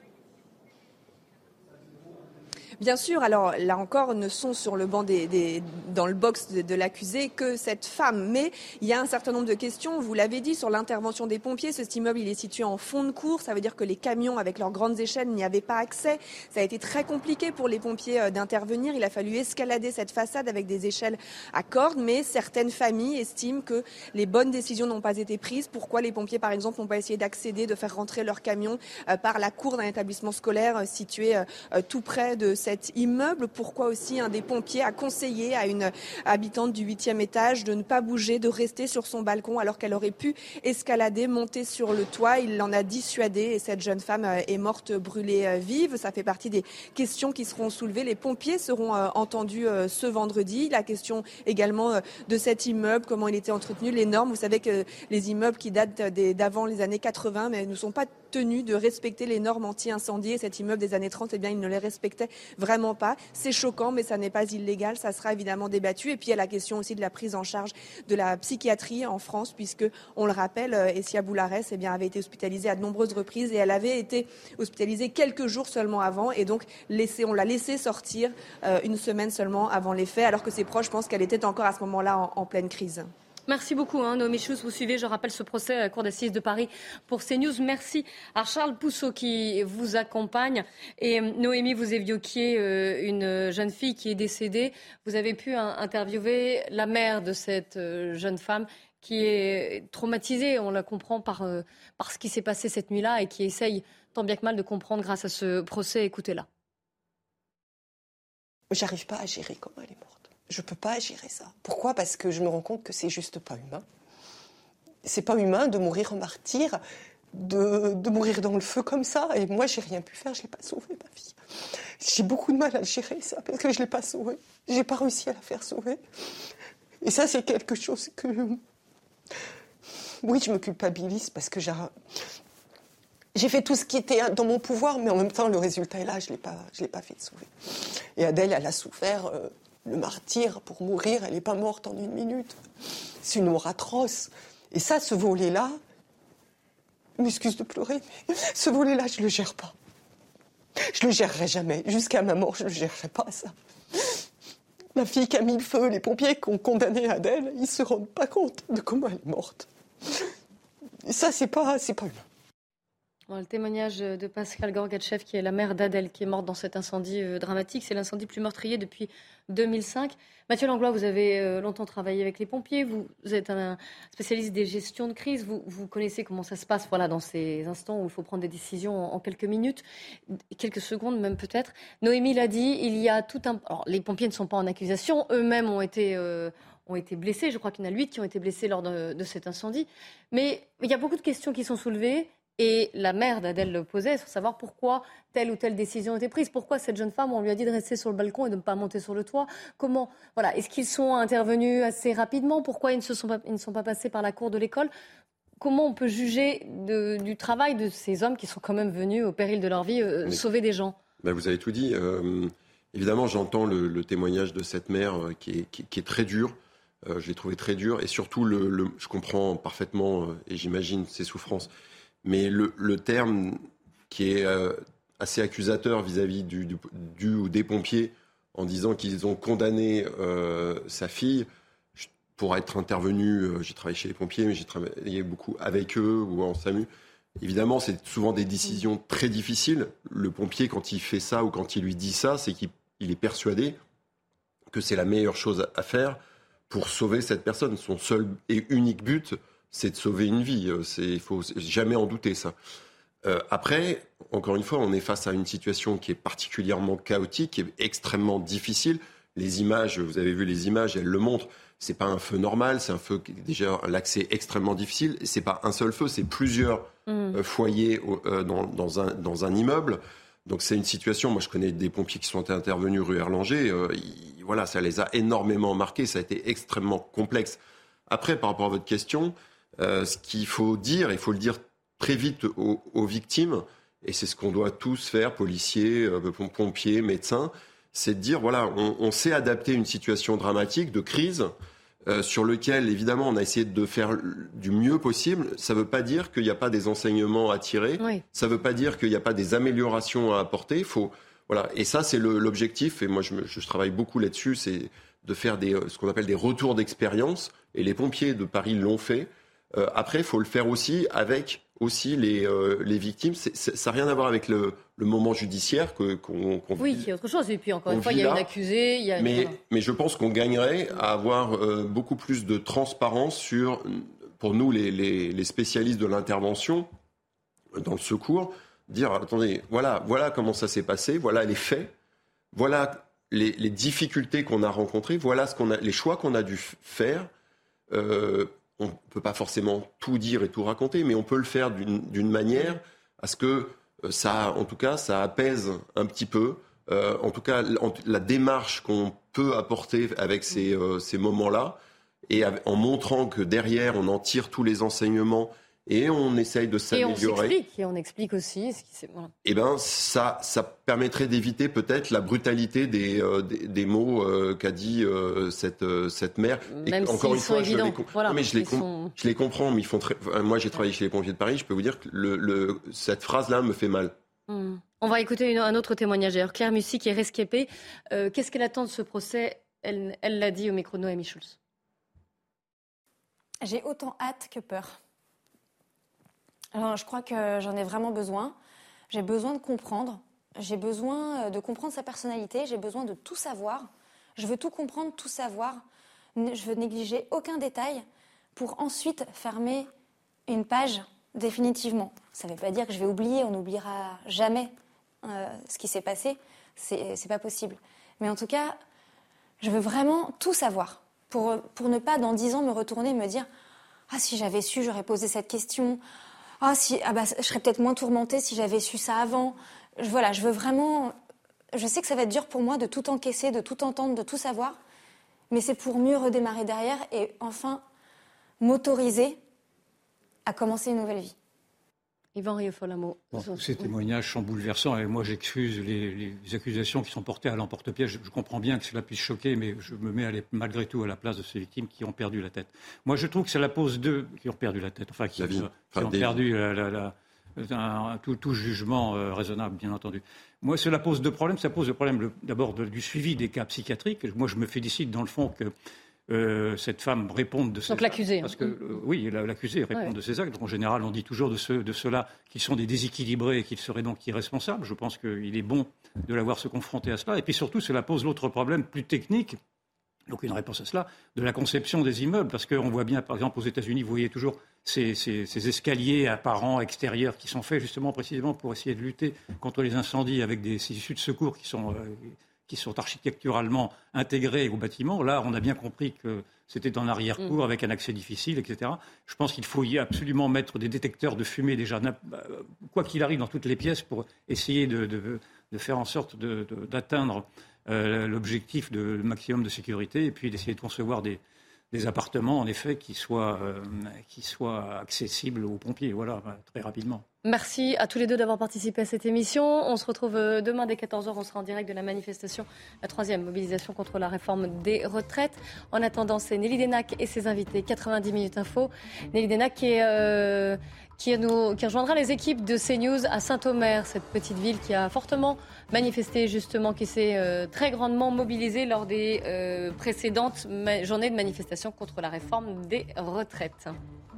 Bien sûr, alors là encore, ne sont sur le banc des, des dans le box de, de l'accusé que cette femme. Mais il y a un certain nombre de questions. Vous l'avez dit, sur l'intervention des pompiers. Cet immeuble, il est situé en fond de cour. Ça veut dire que les camions, avec leurs grandes échelles, n'y avaient pas accès. Ça a été très compliqué pour les pompiers euh, d'intervenir. Il a fallu escalader cette façade avec des échelles à cordes. Mais certaines familles estiment que les bonnes décisions n'ont pas été prises. Pourquoi les pompiers, par exemple, n'ont pas essayé d'accéder, de faire rentrer leurs camions euh, par la cour d'un établissement scolaire euh, situé euh, tout près de cet immeuble? Pourquoi aussi un des pompiers a conseillé à une habitante du huitième étage de ne pas bouger, de rester sur son balcon alors qu'elle aurait pu escalader, monter sur le toit? Il l'en a dissuadé et cette jeune femme est morte brûlée vive. Ça fait partie des questions qui seront soulevées. Les pompiers seront entendus ce vendredi. La question également de cet immeuble, comment il était entretenu, les normes. Vous savez que les immeubles qui datent d'avant les années quatre-vingts mais ne sont pas tenu de respecter les normes anti-incendie. Et cet immeuble des années trente, eh bien, il ne les respectait vraiment pas. C'est choquant, mais ça n'est pas illégal. Ça sera évidemment débattu. Et puis, il y a la question aussi de la prise en charge de la psychiatrie en France, puisque, on le rappelle, Essia Boularès eh bien, avait été hospitalisée à de nombreuses reprises et elle avait été hospitalisée quelques jours seulement avant. Et donc, laissé, on l'a laissée sortir euh, une semaine seulement avant les faits, alors que ses proches pensent qu'elle était encore à ce moment-là en, en pleine crise. Merci beaucoup, hein, Noémie Schulz. Vous suivez, je rappelle, ce procès à la Cour d'assises de Paris pour CNews. Merci à Charles Pousseau qui vous accompagne. Et Noémie, vous évoquiez euh, une jeune fille qui est décédée. Vous avez pu hein, interviewer la mère de cette euh, jeune femme qui est traumatisée, on la comprend, par, euh, par ce qui s'est passé cette nuit-là et qui essaye tant bien que mal de comprendre grâce à ce procès. Écoutez-la. J'arrive pas à gérer comment elle est morte. Je peux pas gérer ça. Pourquoi ? Parce que je me rends compte que c'est juste pas humain. C'est pas humain de mourir en martyr, de, de mourir dans le feu comme ça. Et moi, j'ai rien pu faire, je l'ai pas sauvée, ma fille. J'ai beaucoup de mal à gérer ça, parce que je l'ai pas sauvée. J'ai pas réussi à la faire sauver. Et ça, c'est quelque chose que... Oui, je me culpabilise, parce que j'ai... J'ai fait tout ce qui était dans mon pouvoir, mais en même temps, le résultat est là, je l'ai pas, je l'ai pas fait sauver. Et Adèle, elle a souffert... Euh, le martyr pour mourir, elle n'est pas morte en une minute. C'est une mort atroce. Et ça, ce volet-là, je m'excuse de pleurer, mais ce volet-là, je ne le gère pas. Je ne le gérerai jamais. Jusqu'à ma mort, je ne le gérerai pas, ça. Ma fille qui a mis le feu, les pompiers qui ont condamné Adèle, ils ne se rendent pas compte de comment elle est morte. Et ça, c'est pas, c'est pas humain. Le témoignage de Pascal Gorgatchev, qui est la mère d'Adèle, qui est morte dans cet incendie euh, dramatique. C'est l'incendie le plus meurtrier depuis deux mille cinq. Mathieu Langlois, vous avez euh, longtemps travaillé avec les pompiers. Vous, vous êtes un spécialiste des gestions de crise. Vous, vous connaissez comment ça se passe voilà, dans ces instants où il faut prendre des décisions en, en quelques minutes, quelques secondes même peut-être. Noémie l'a dit, il y a tout un... Alors, les pompiers ne sont pas en accusation. Eux-mêmes ont été... Euh, ont été blessés. Je crois qu'il y en a huit qui ont été blessés lors de, de cet incendie. Mais il y a beaucoup de questions qui sont soulevées. Et la mère d'Adèle le posait, sur savoir pourquoi telle ou telle décision a été prise. Pourquoi cette jeune femme, on lui a dit de rester sur le balcon et de ne pas monter sur le toit. Comment, voilà, est-ce qu'ils sont intervenus assez rapidement ? Pourquoi ils ne, se sont pas, ils ne sont pas passés par la cour de l'école ? Comment on peut juger de, du travail de ces hommes qui sont quand même venus au péril de leur vie euh, Mais, sauver des gens ? Ben vous avez tout dit. Euh, évidemment, j'entends le, le témoignage de cette mère euh, qui, est, qui, qui est très dur. Euh, je l'ai trouvé très dur. Et surtout, le, le, je comprends parfaitement euh, et j'imagine ses souffrances. Mais le, le terme qui est euh, assez accusateur vis-à-vis du, du, du ou des pompiers en disant qu'ils ont condamné euh, sa fille pour être intervenu, euh, j'ai travaillé chez les pompiers, mais j'ai travaillé beaucoup avec eux ou en SAMU. Évidemment, c'est souvent des décisions très difficiles. Le pompier, quand il fait ça ou quand il lui dit ça, c'est qu'il il est persuadé que c'est la meilleure chose à faire pour sauver cette personne. Son seul et unique but, c'est de sauver une vie. Il ne faut jamais en douter, ça. Euh, après, encore une fois, on est face à une situation qui est particulièrement chaotique, qui est extrêmement difficile. Les images, vous avez vu les images, elles le montrent. Ce n'est pas un feu normal, c'est un feu qui déjà l'accès est extrêmement difficile. Ce n'est pas un seul feu, c'est plusieurs mmh. euh, foyers euh, dans, dans, un, dans un immeuble. Donc c'est une situation, moi je connais des pompiers qui sont intervenus rue Erlanger, euh, ils, voilà, ça les a énormément marqués, ça a été extrêmement complexe. Après, par rapport à votre question, euh, ce qu'il faut dire, il faut le dire très vite aux, aux victimes, et c'est ce qu'on doit tous faire, policiers, euh, pompiers, médecins, c'est de dire, voilà, on, on s'est adapté à une situation dramatique, de crise, euh, sur lequel, évidemment, on a essayé de faire du mieux possible. Ça ne veut pas dire qu'il n'y a pas des enseignements à tirer. Oui. Ça ne veut pas dire qu'il n'y a pas des améliorations à apporter. Faut, voilà. Et ça, c'est le, l'objectif. Et moi, je, je travaille beaucoup là-dessus. C'est de faire des, ce qu'on appelle des retours d'expérience. Et les pompiers de Paris l'ont fait. Euh, après, il faut le faire aussi avec aussi les, euh, les victimes. C'est, c'est, ça n'a rien à voir avec le, le moment judiciaire que, qu'on, qu'on Oui, il y a autre chose. Et puis, encore une fois, il y a une accusée. Il y a mais, une... mais je pense qu'on gagnerait à avoir euh, beaucoup plus de transparence sur, pour nous, les, les, les spécialistes de l'intervention dans le secours, dire, attendez, voilà, voilà comment ça s'est passé, voilà les faits, voilà les, les difficultés qu'on a rencontrées, voilà ce qu'on a, les choix qu'on a dû faire. Euh, on ne peut pas forcément tout dire et tout raconter, mais on peut le faire d'une, d'une manière à ce que ça, en tout cas, ça apaise un petit peu. Euh, en tout cas, en, la démarche qu'on peut apporter avec ces, euh, ces moments-là, et avec, en montrant que derrière, on en tire tous les enseignements et on essaye de s'améliorer. Et on s'explique, et on explique aussi ce qui s'est... Voilà. Eh ben, ça, ça permettrait d'éviter peut-être la brutalité des, euh, des, des mots euh, qu'a dit euh, cette, euh, cette mère. Même et encore une fois, je les, com- voilà, non, mais je, les com- sont... je les comprends. Mais ils font très... Moi, j'ai travaillé chez les pompiers de Paris. Je peux vous dire que le, le, cette phrase-là me fait mal. Mmh. On va écouter une, un autre témoignage. D'ailleurs, Claire Mussy, qui est rescapée. Euh, qu'est-ce qu'elle attend de ce procès ? Elle, elle l'a dit au micro de Noémie Schulz. J'ai autant hâte que peur. Alors, je crois que j'en ai vraiment besoin. J'ai besoin de comprendre. J'ai besoin de comprendre sa personnalité. J'ai besoin de tout savoir. Je veux tout comprendre, tout savoir. Je veux négliger aucun détail pour ensuite fermer une page définitivement. Ça ne veut pas dire que je vais oublier. On n'oubliera jamais euh, ce qui s'est passé. C'est, c'est pas possible. Mais en tout cas, je veux vraiment tout savoir. Pour, pour ne pas, dans dix ans, me retourner et me dire « Ah, si j'avais su, j'aurais posé cette question. Ah, si, ah bah, je serais peut-être moins tourmentée si j'avais su ça avant. » Voilà, je veux vraiment... Je sais que ça va être dur pour moi de tout encaisser, de tout entendre, de tout savoir. Mais c'est pour mieux redémarrer derrière et enfin m'autoriser à commencer une nouvelle vie. Yvan Rioufol-Ameau. Bon, ces témoignages sont bouleversants et moi j'excuse les, les accusations qui sont portées à l'emporte-pièce. Je, je comprends bien que cela puisse choquer, mais je me mets à les, malgré tout à la place de ces victimes qui ont perdu la tête. Moi je trouve que cela pose deux... qui ont perdu la tête, enfin qui, la vie, qui enfin, ont des... perdu la, la, la, un, tout, tout jugement euh, raisonnable, bien entendu. Moi cela pose deux problèmes. Ça pose le problème le, d'abord de, du suivi des cas psychiatriques. Moi je me félicite dans le fond que Euh, cette femme réponde de ces Donc actes. l'accusé. Parce que, euh, oui, l'accusé répond ouais. de ces actes. Donc, en général, on dit toujours de, ceux, de ceux-là qu'ils sont des déséquilibrés et qu'ils seraient donc irresponsables. Je pense qu'il est bon de l'avoir se confronter à cela. Et puis surtout, cela pose l'autre problème plus technique, donc une réponse à cela, de la conception des immeubles. Parce qu'on voit bien, par exemple, aux États-Unis, vous voyez toujours ces, ces, ces escaliers apparents extérieurs qui sont faits justement précisément pour essayer de lutter contre les incendies avec des ces issues de secours qui sont... Euh, qui sont architecturalement intégrés au bâtiment. Là, on a bien compris que c'était en arrière-cour, avec un accès difficile, et cetera. Je pense qu'il faut y absolument mettre des détecteurs de fumée, déjà, quoi qu'il arrive, dans toutes les pièces, pour essayer de, de, de faire en sorte de, de, d'atteindre euh, l'objectif de le maximum de sécurité, et puis d'essayer de concevoir des, des appartements, en effet, qui soient, euh, qui soient accessibles aux pompiers, voilà, très rapidement. Merci à tous les deux d'avoir participé à cette émission. On se retrouve demain dès quatorze heures. On sera en direct de la manifestation, la troisième mobilisation contre la réforme des retraites. En attendant, c'est Nelly Denac et ses invités. quatre-vingt-dix minutes info. Nelly Denac qui, est, euh, qui, nous, qui rejoindra les équipes de CNews à Saint-Omer, cette petite ville qui a fortement manifesté, justement, qui s'est euh, très grandement mobilisée lors des euh, précédentes ma- journées de manifestation contre la réforme des retraites.